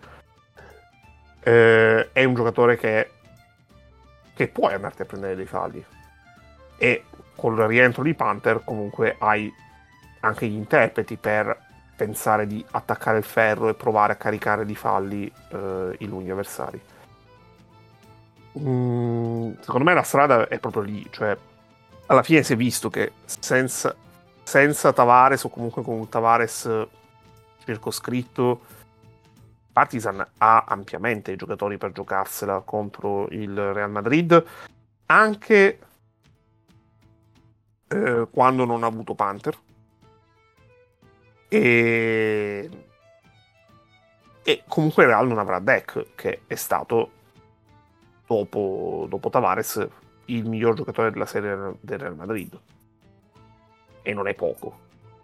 è un giocatore che puoi andarti a prendere dei falli, e col rientro di Panther comunque hai anche gli interpreti per pensare di attaccare il ferro e provare a caricare di falli i lunghi avversari. Secondo me la strada è proprio lì, cioè alla fine si è visto che senza Tavares, o comunque con un Tavares circoscritto, Partizan ha ampiamente i giocatori per giocarsela contro il Real Madrid, anche quando non ha avuto Panther. E comunque il Real non avrà Dec, che è stato dopo Tavares il miglior giocatore della serie del Real Madrid, e non è poco.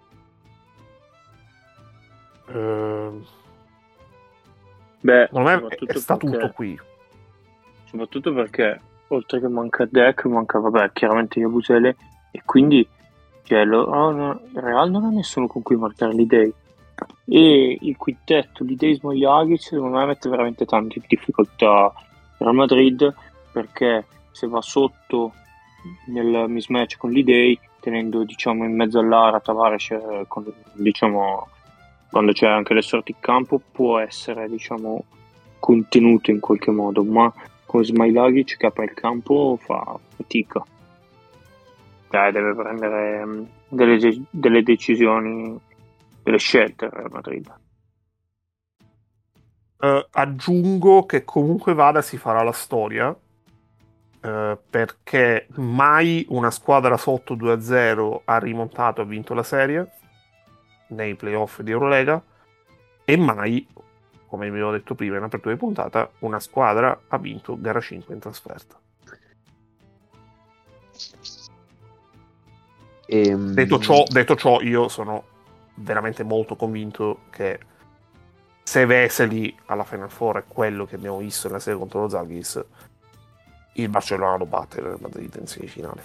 Secondo me sta tutto qui, soprattutto perché oltre che manca Dec, manca chiaramente Yabusele, e quindi il Real non ha nessuno con cui marcare l'idea, e il quintetto l'idea Smogliagic secondo me mette veramente tante difficoltà Real Madrid, perché se va sotto nel mismatch con l'idea, tenendo diciamo in mezzo all'area Tavares, diciamo quando c'è anche le sorti in campo, può essere diciamo contenuto in qualche modo, ma con Smogliagic che apre il campo fa fatica. Deve prendere delle decisioni, delle scelte Real Madrid. Aggiungo che comunque vada si farà la storia, perché mai una squadra sotto 2-0 ha rimontato e ha vinto la serie nei playoff di Eurolega, e mai, come vi avevo detto prima in apertura di puntata, una squadra ha vinto gara 5 in trasferta. Detto ciò, io sono veramente molto convinto che se Vesely alla Final Four è quello che abbiamo visto nella serie contro lo Zalgiris, il Barcellona lo batte il Real Madrid in semifinale.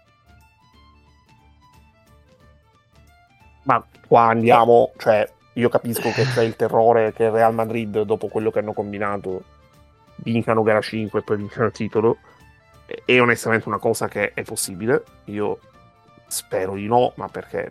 Ma qua andiamo, cioè io capisco che c'è il terrore che il Real Madrid, dopo quello che hanno combinato, vincano gara 5 e poi vincano il titolo, e onestamente una cosa che è possibile. Io spero di no, ma perché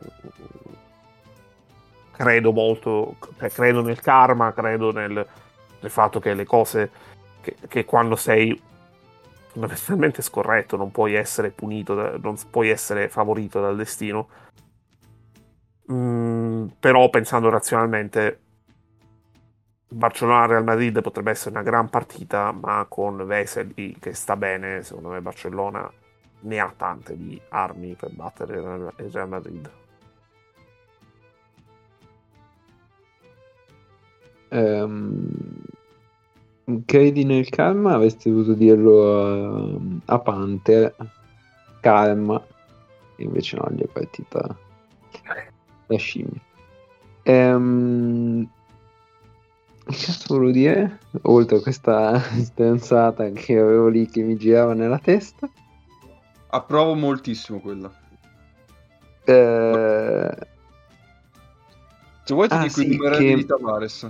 credo molto, credo nel karma, credo nel fatto che le cose, che quando sei fondamentalmente scorretto non puoi essere punito, non puoi essere favorito dal destino. Però pensando razionalmente, Barcellona-Real Madrid potrebbe essere una gran partita, ma con Vesely che sta bene, secondo me Barcellona ne ha tante di armi per battere il Real Madrid. Credi nel karma? Avresti dovuto dirlo a Panther. Karma. Invece no, gli è partita la scimmia. Cazzo, posso dire? Oltre a questa stronzata che avevo lì che mi girava nella testa. Approvo moltissimo quella. Se vuoi ti dico i numeretti di Tavares.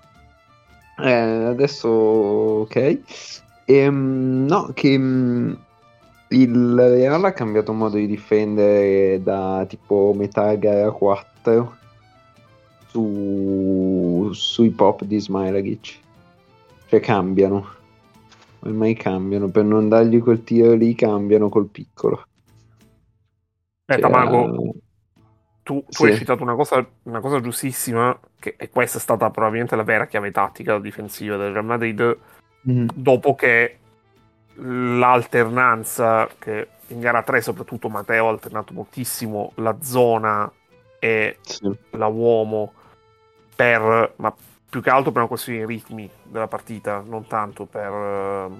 Adesso ok. No, che il Real ha cambiato modo di difendere da tipo metà gara 4 sui pop di Smilagic. Cioè cambiano. Ormai cambiano. Per non dargli quel tiro lì cambiano col piccolo. Aspetta, Mago, tu Sì. hai citato una cosa giustissima, che e questa è stata probabilmente la vera chiave tattica difensiva del Real Madrid, dopo che l'alternanza, che in gara 3 soprattutto Matteo ha alternato moltissimo la zona e la uomo ma più che altro per una questione di ritmi della partita, non tanto per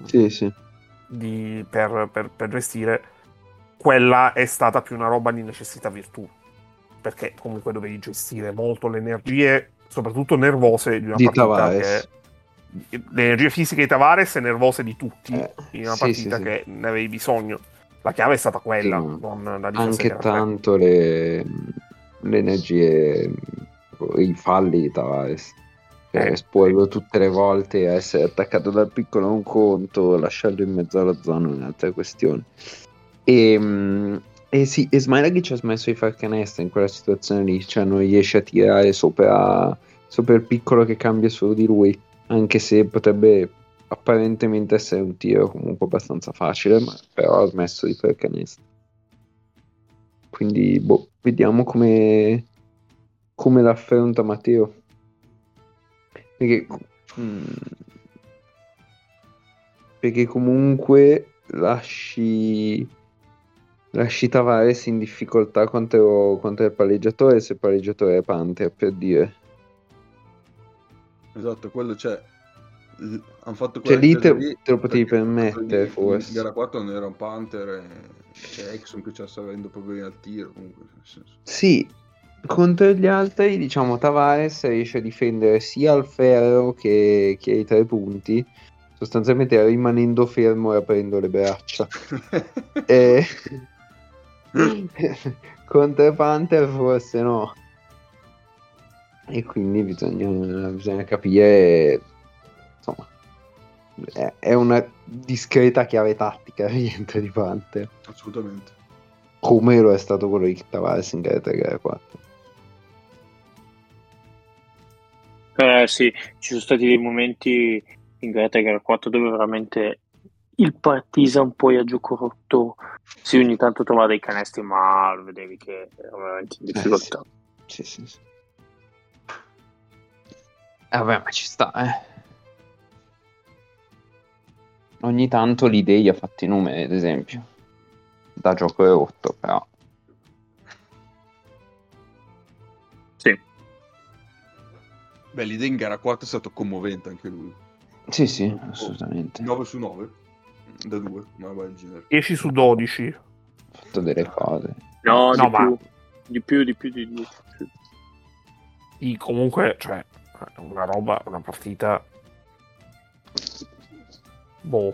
gestire. Quella è stata più una roba di necessità virtù, perché comunque dovevi gestire molto le energie, soprattutto nervose, di una partita Tavares. Le energie fisiche di Tavares e nervose di tutti in una partita che ne avevi bisogno. La chiave è stata quella, non la difesa. Anche tanto le energie, i falli di Tavares, esporlo tutte le volte a essere attaccato dal piccolo è un conto, lasciarlo in mezzo alla zona è un'altra questione. E Smilagic ha smesso di far canestro in quella situazione lì, cioè non riesce a tirare sopra il piccolo che cambia solo di lui, anche se potrebbe apparentemente essere un tiro comunque abbastanza facile, ma però ha smesso di far canestro. Quindi vediamo come l'affronta Matteo, perché comunque lasci Tavares in difficoltà contro il palleggiatore, se il palleggiatore è Panther, per dire. Esatto, quello hanno fatto cioè lì te lo potevi permettere, forse. In gara 4 non era un Panther e Exxon che ci sta avendo problemi al tiro, comunque, nel senso. Sì, contro gli altri diciamo Tavares riesce a difendere sia al ferro che ai 3 punti, sostanzialmente rimanendo fermo e aprendo le braccia. Contro Panther forse no, e quindi bisogna capire, insomma, è una discreta chiave tattica il rientro di Panther, assolutamente, come lo è stato quello di Tavares in gara 3 gara 4. Sì, ci sono stati dei momenti in gara 3 gara 4 dove veramente il Partizan poi a gioco rotto sì, ogni tanto trovava dei canestri, ma lo vedevi che era veramente in difficoltà. Sì. Vabbè, ma ci sta, Ogni tanto l'idea ha fatto i numeri, ad esempio. Da gioco è rotto, però. Sì. Beh, l'idea in gara 4 è stato commovente anche lui. Sì, assolutamente. 9 su 9 da 2, una roba del genere. 10 su 12. Ha fatto delle cose. No, ma di più. E comunque, cioè, una partita. Vabbè,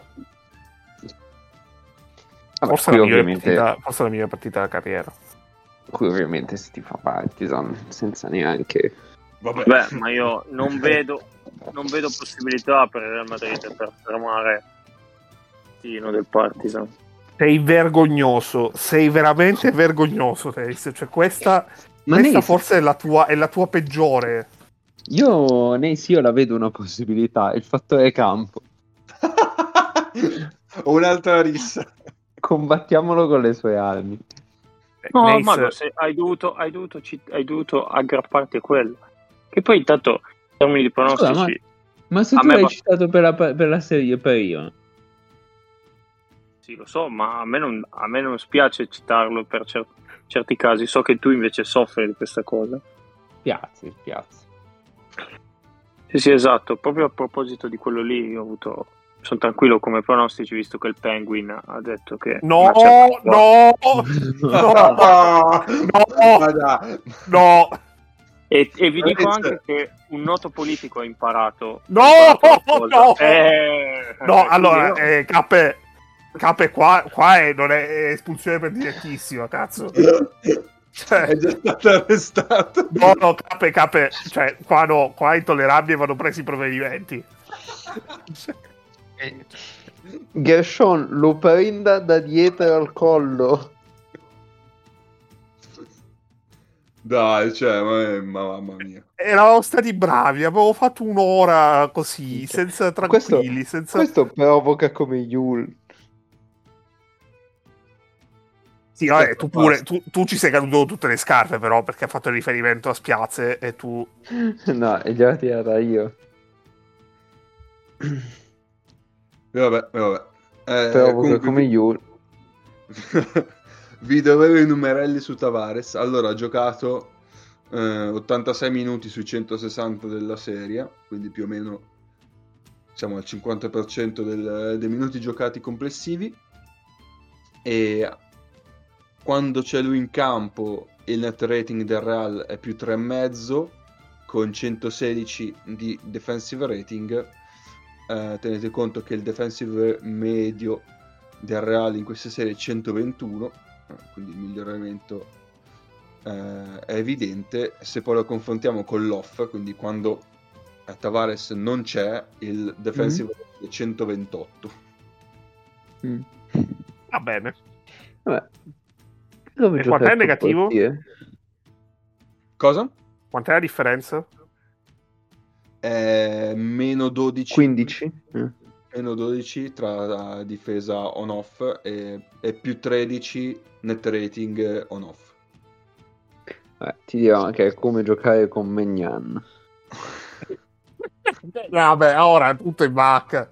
forse la migliore partita della carriera. Qui ovviamente si tifa Partizan senza neanche. Vabbè, ma io non vedo possibilità per il Real Madrid per fermare il tiro del Partizan. Sei vergognoso, sei veramente vergognoso, Teis. Cioè questa forse è la tua peggiore. Io la vedo una possibilità, il fattore campo. Un'altra rissa. Combattiamolo con le sue armi. No, ma se hai dovuto aggrapparti a quello. Che poi intanto in termini di pronostici. Ma se tu l'hai citato per la serie prima. Sì, lo so, ma a me non spiace citarlo per certi casi. So che tu invece soffri di questa cosa. Piazzi. Sì, esatto. Proprio a proposito di quello lì, sono tranquillo come pronostici, visto che il Penguin ha detto che... No! E vi dico anche che un noto politico ha imparato. No, allora, Cappe qua non è espulsione per direttissima, cazzo. Cioè, è già stato arrestato. No, Cappe, cioè, qua è intollerabile, vanno presi i provvedimenti. Gershon lo prenda da dietro al collo. Dai, cioè, mamma mia. Eravamo stati bravi, avevo fatto un'ora così, senza tranquilli. Questo provoca come Yule. Sì, vabbè, tu pure, tu ci sei caduto tutte le scarpe, però, perché ha fatto il riferimento a Spiazze e tu... No, e gliela tirata io. Vabbè. Provoca comunque, come Yule. vi dovevo i numerelli su Tavares. Allora, ha giocato 86 minuti sui 160 della serie, quindi più o meno siamo al 50% dei minuti giocati complessivi. E quando c'è lui in campo il net rating del Real è più 3,5 con 116 di defensive rating. Tenete conto che il defensive medio del Real in questa serie è 121, quindi il miglioramento è evidente. Se poi lo confrontiamo con l'off, quindi quando Tavares non c'è, il defensive rating è 128. Va bene. Vabbè. E quant'è il negativo? Cosa? Quant'è la differenza? Meno 12. 15? Meno 12 tra difesa on-off e più 13 net rating on-off. Ti dirò che è come giocare con Maignan. Vabbè, ora è tutto in vacca.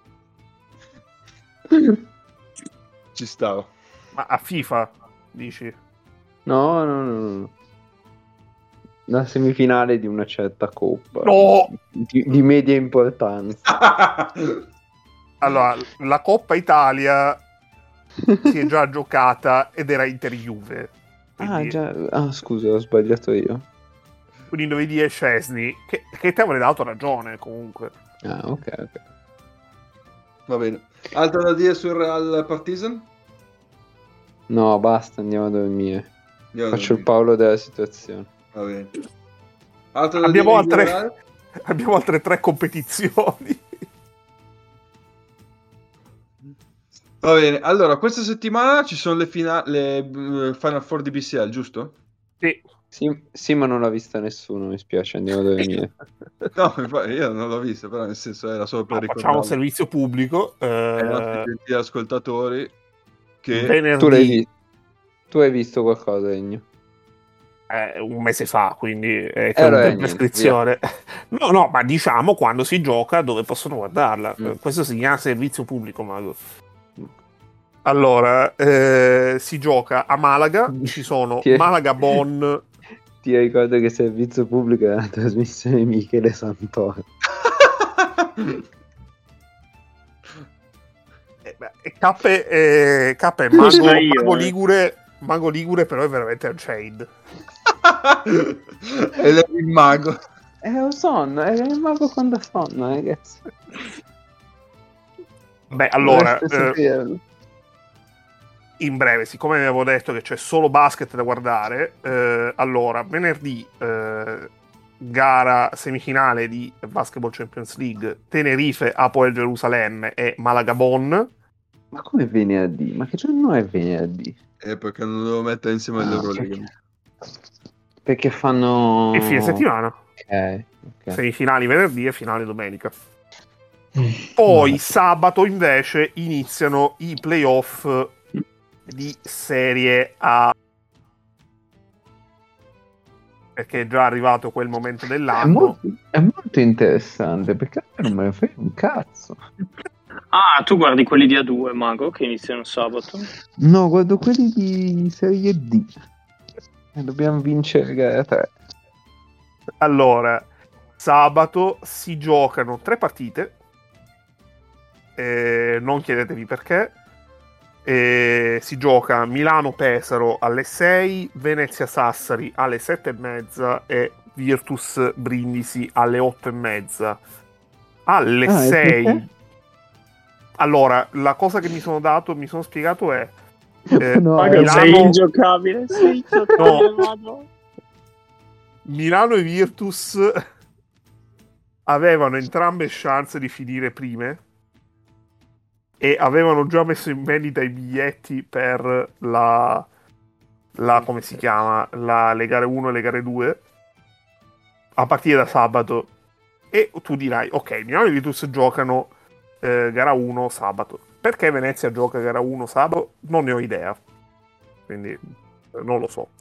Ci stavo. Ma a FIFA, dici? No. La semifinale di una certa coppa. No! Di media importanza. Allora, la Coppa Italia si è già giocata ed era Inter-Juve. Quindi... scusa, ho sbagliato io. Quindi dovevi dire Szczesny, che te avrei dato ragione comunque. Ok. Va bene. Altro da dire sul Real Partizan? No, basta, andiamo a dormire. Faccio il Paolo della situazione. Va bene. Altro da dire abbiamo altre 3 competizioni. Va bene, allora questa settimana ci sono le Final Four di BCL, giusto? Sì, ma non l'ha vista nessuno, mi spiace, andiamo a dormire. No, io non l'ho vista, però nel senso era solo per ricordare. Facciamo servizio pubblico. Ai nostri gentili ascoltatori che... Venerdì... Tu hai visto qualcosa, Egno? Un mese fa, quindi è caduta in prescrizione. No, ma diciamo quando si gioca dove possono guardarla. Questo si chiama servizio pubblico, Mago. Allora, si gioca a Malaga, ci sono Malaga-Bonn. Ti ricordo che servizio pubblico è la trasmissione di Michele Santoro. Cappe è Mago Ligure, però è veramente Unchained. Ed è il mago. Ho sonno, è il mago quando sonno, ragazzi. Beh, allora, in breve, siccome vi avevo detto che c'è solo basket da guardare, allora, venerdì gara semifinale di Basketball Champions League, Tenerife, Apoel Gerusalemme e Malaga-Bonn. Ma come venerdì? Ma che giorno è venerdì? Perché non devo mettere insieme le loro leghe. Perché fanno... E fine settimana. Ok. Semifinali venerdì e finale domenica. Poi sabato invece iniziano i playoff di Serie A, perché è già arrivato quel momento dell'anno. È molto interessante, perché non me ne frega un cazzo. Tu guardi quelli di A2, Mago, che iniziano sabato? No, guardo quelli di Serie D. Dobbiamo vincere gara 3. Allora, sabato si giocano 3 partite. Non chiedetevi perché. Si gioca Milano-Pesaro alle 6, Venezia-Sassari alle 7:30 e Virtus Brindisi alle 8:30. Alle Ah, e 6. perché? Allora, la cosa che mi sono spiegato è No, Mago, sei Milano, ingiocabile, sei ingiocabile, Mago. Milano e Virtus avevano entrambe chance di finire prime e avevano già messo in vendita i biglietti per la come si chiama? Le gare 1 e le gare 2 a partire da sabato. E tu dirai, ok, Milano e Virtus giocano gara 1 sabato. Perché Venezia gioca gara 1 sabato? Non ne ho idea. Quindi non lo so.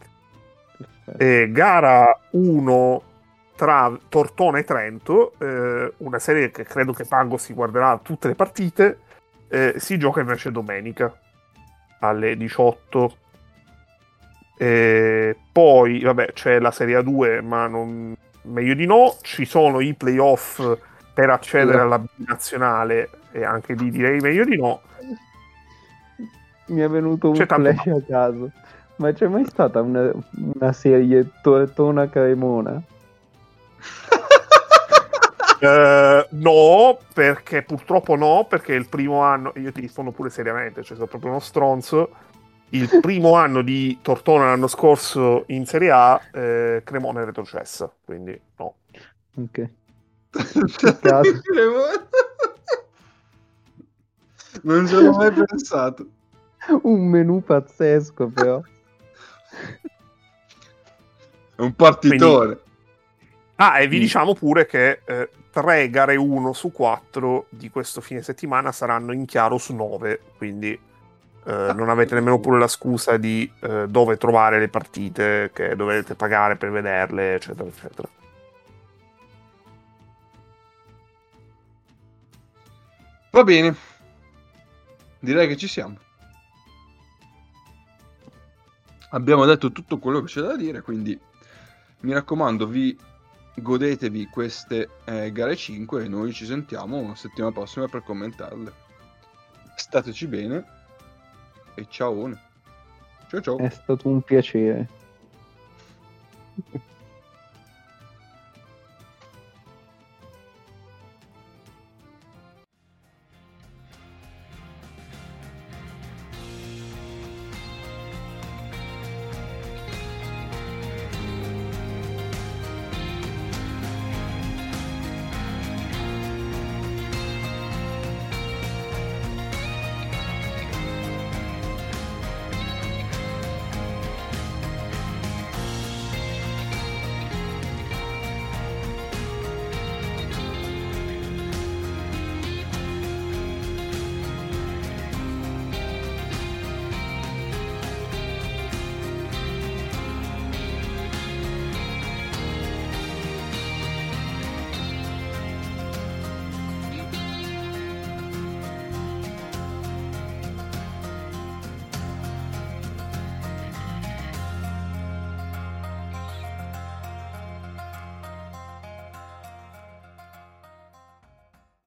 Gara 1 tra Tortona e Trento, una serie che credo che Pago si guarderà tutte le partite, si gioca invece domenica alle 18. Poi, vabbè, c'è la Serie A2, ma non meglio di no. Ci sono i playoff per accedere alla nazionale e anche lì direi meglio di no. Mi è venuto un C'è tanto flash a caso. Ma c'è mai stata una serie Tortona Cremona? No, perché purtroppo no, perché il primo anno, io ti rispondo pure seriamente, cioè sono proprio uno stronzo. Il primo anno di Tortona l'anno scorso in Serie A, Cremona è retrocessa, quindi no. Ok. Peccato. Non ci avevo mai pensato. Un menù pazzesco, però. È un partitore. E vi diciamo pure che 3 gare 1 su 4 di questo fine settimana saranno in chiaro su 9, quindi non avete nemmeno pure la scusa di dove trovare le partite che dovete pagare per vederle, eccetera, eccetera. Va bene. Direi che ci siamo. Abbiamo detto tutto quello che c'è da dire, quindi mi raccomando, godetevi queste gare 5 e noi ci sentiamo la settimana prossima per commentarle. Stateci bene e ciao. Ciao ciao. È stato un piacere.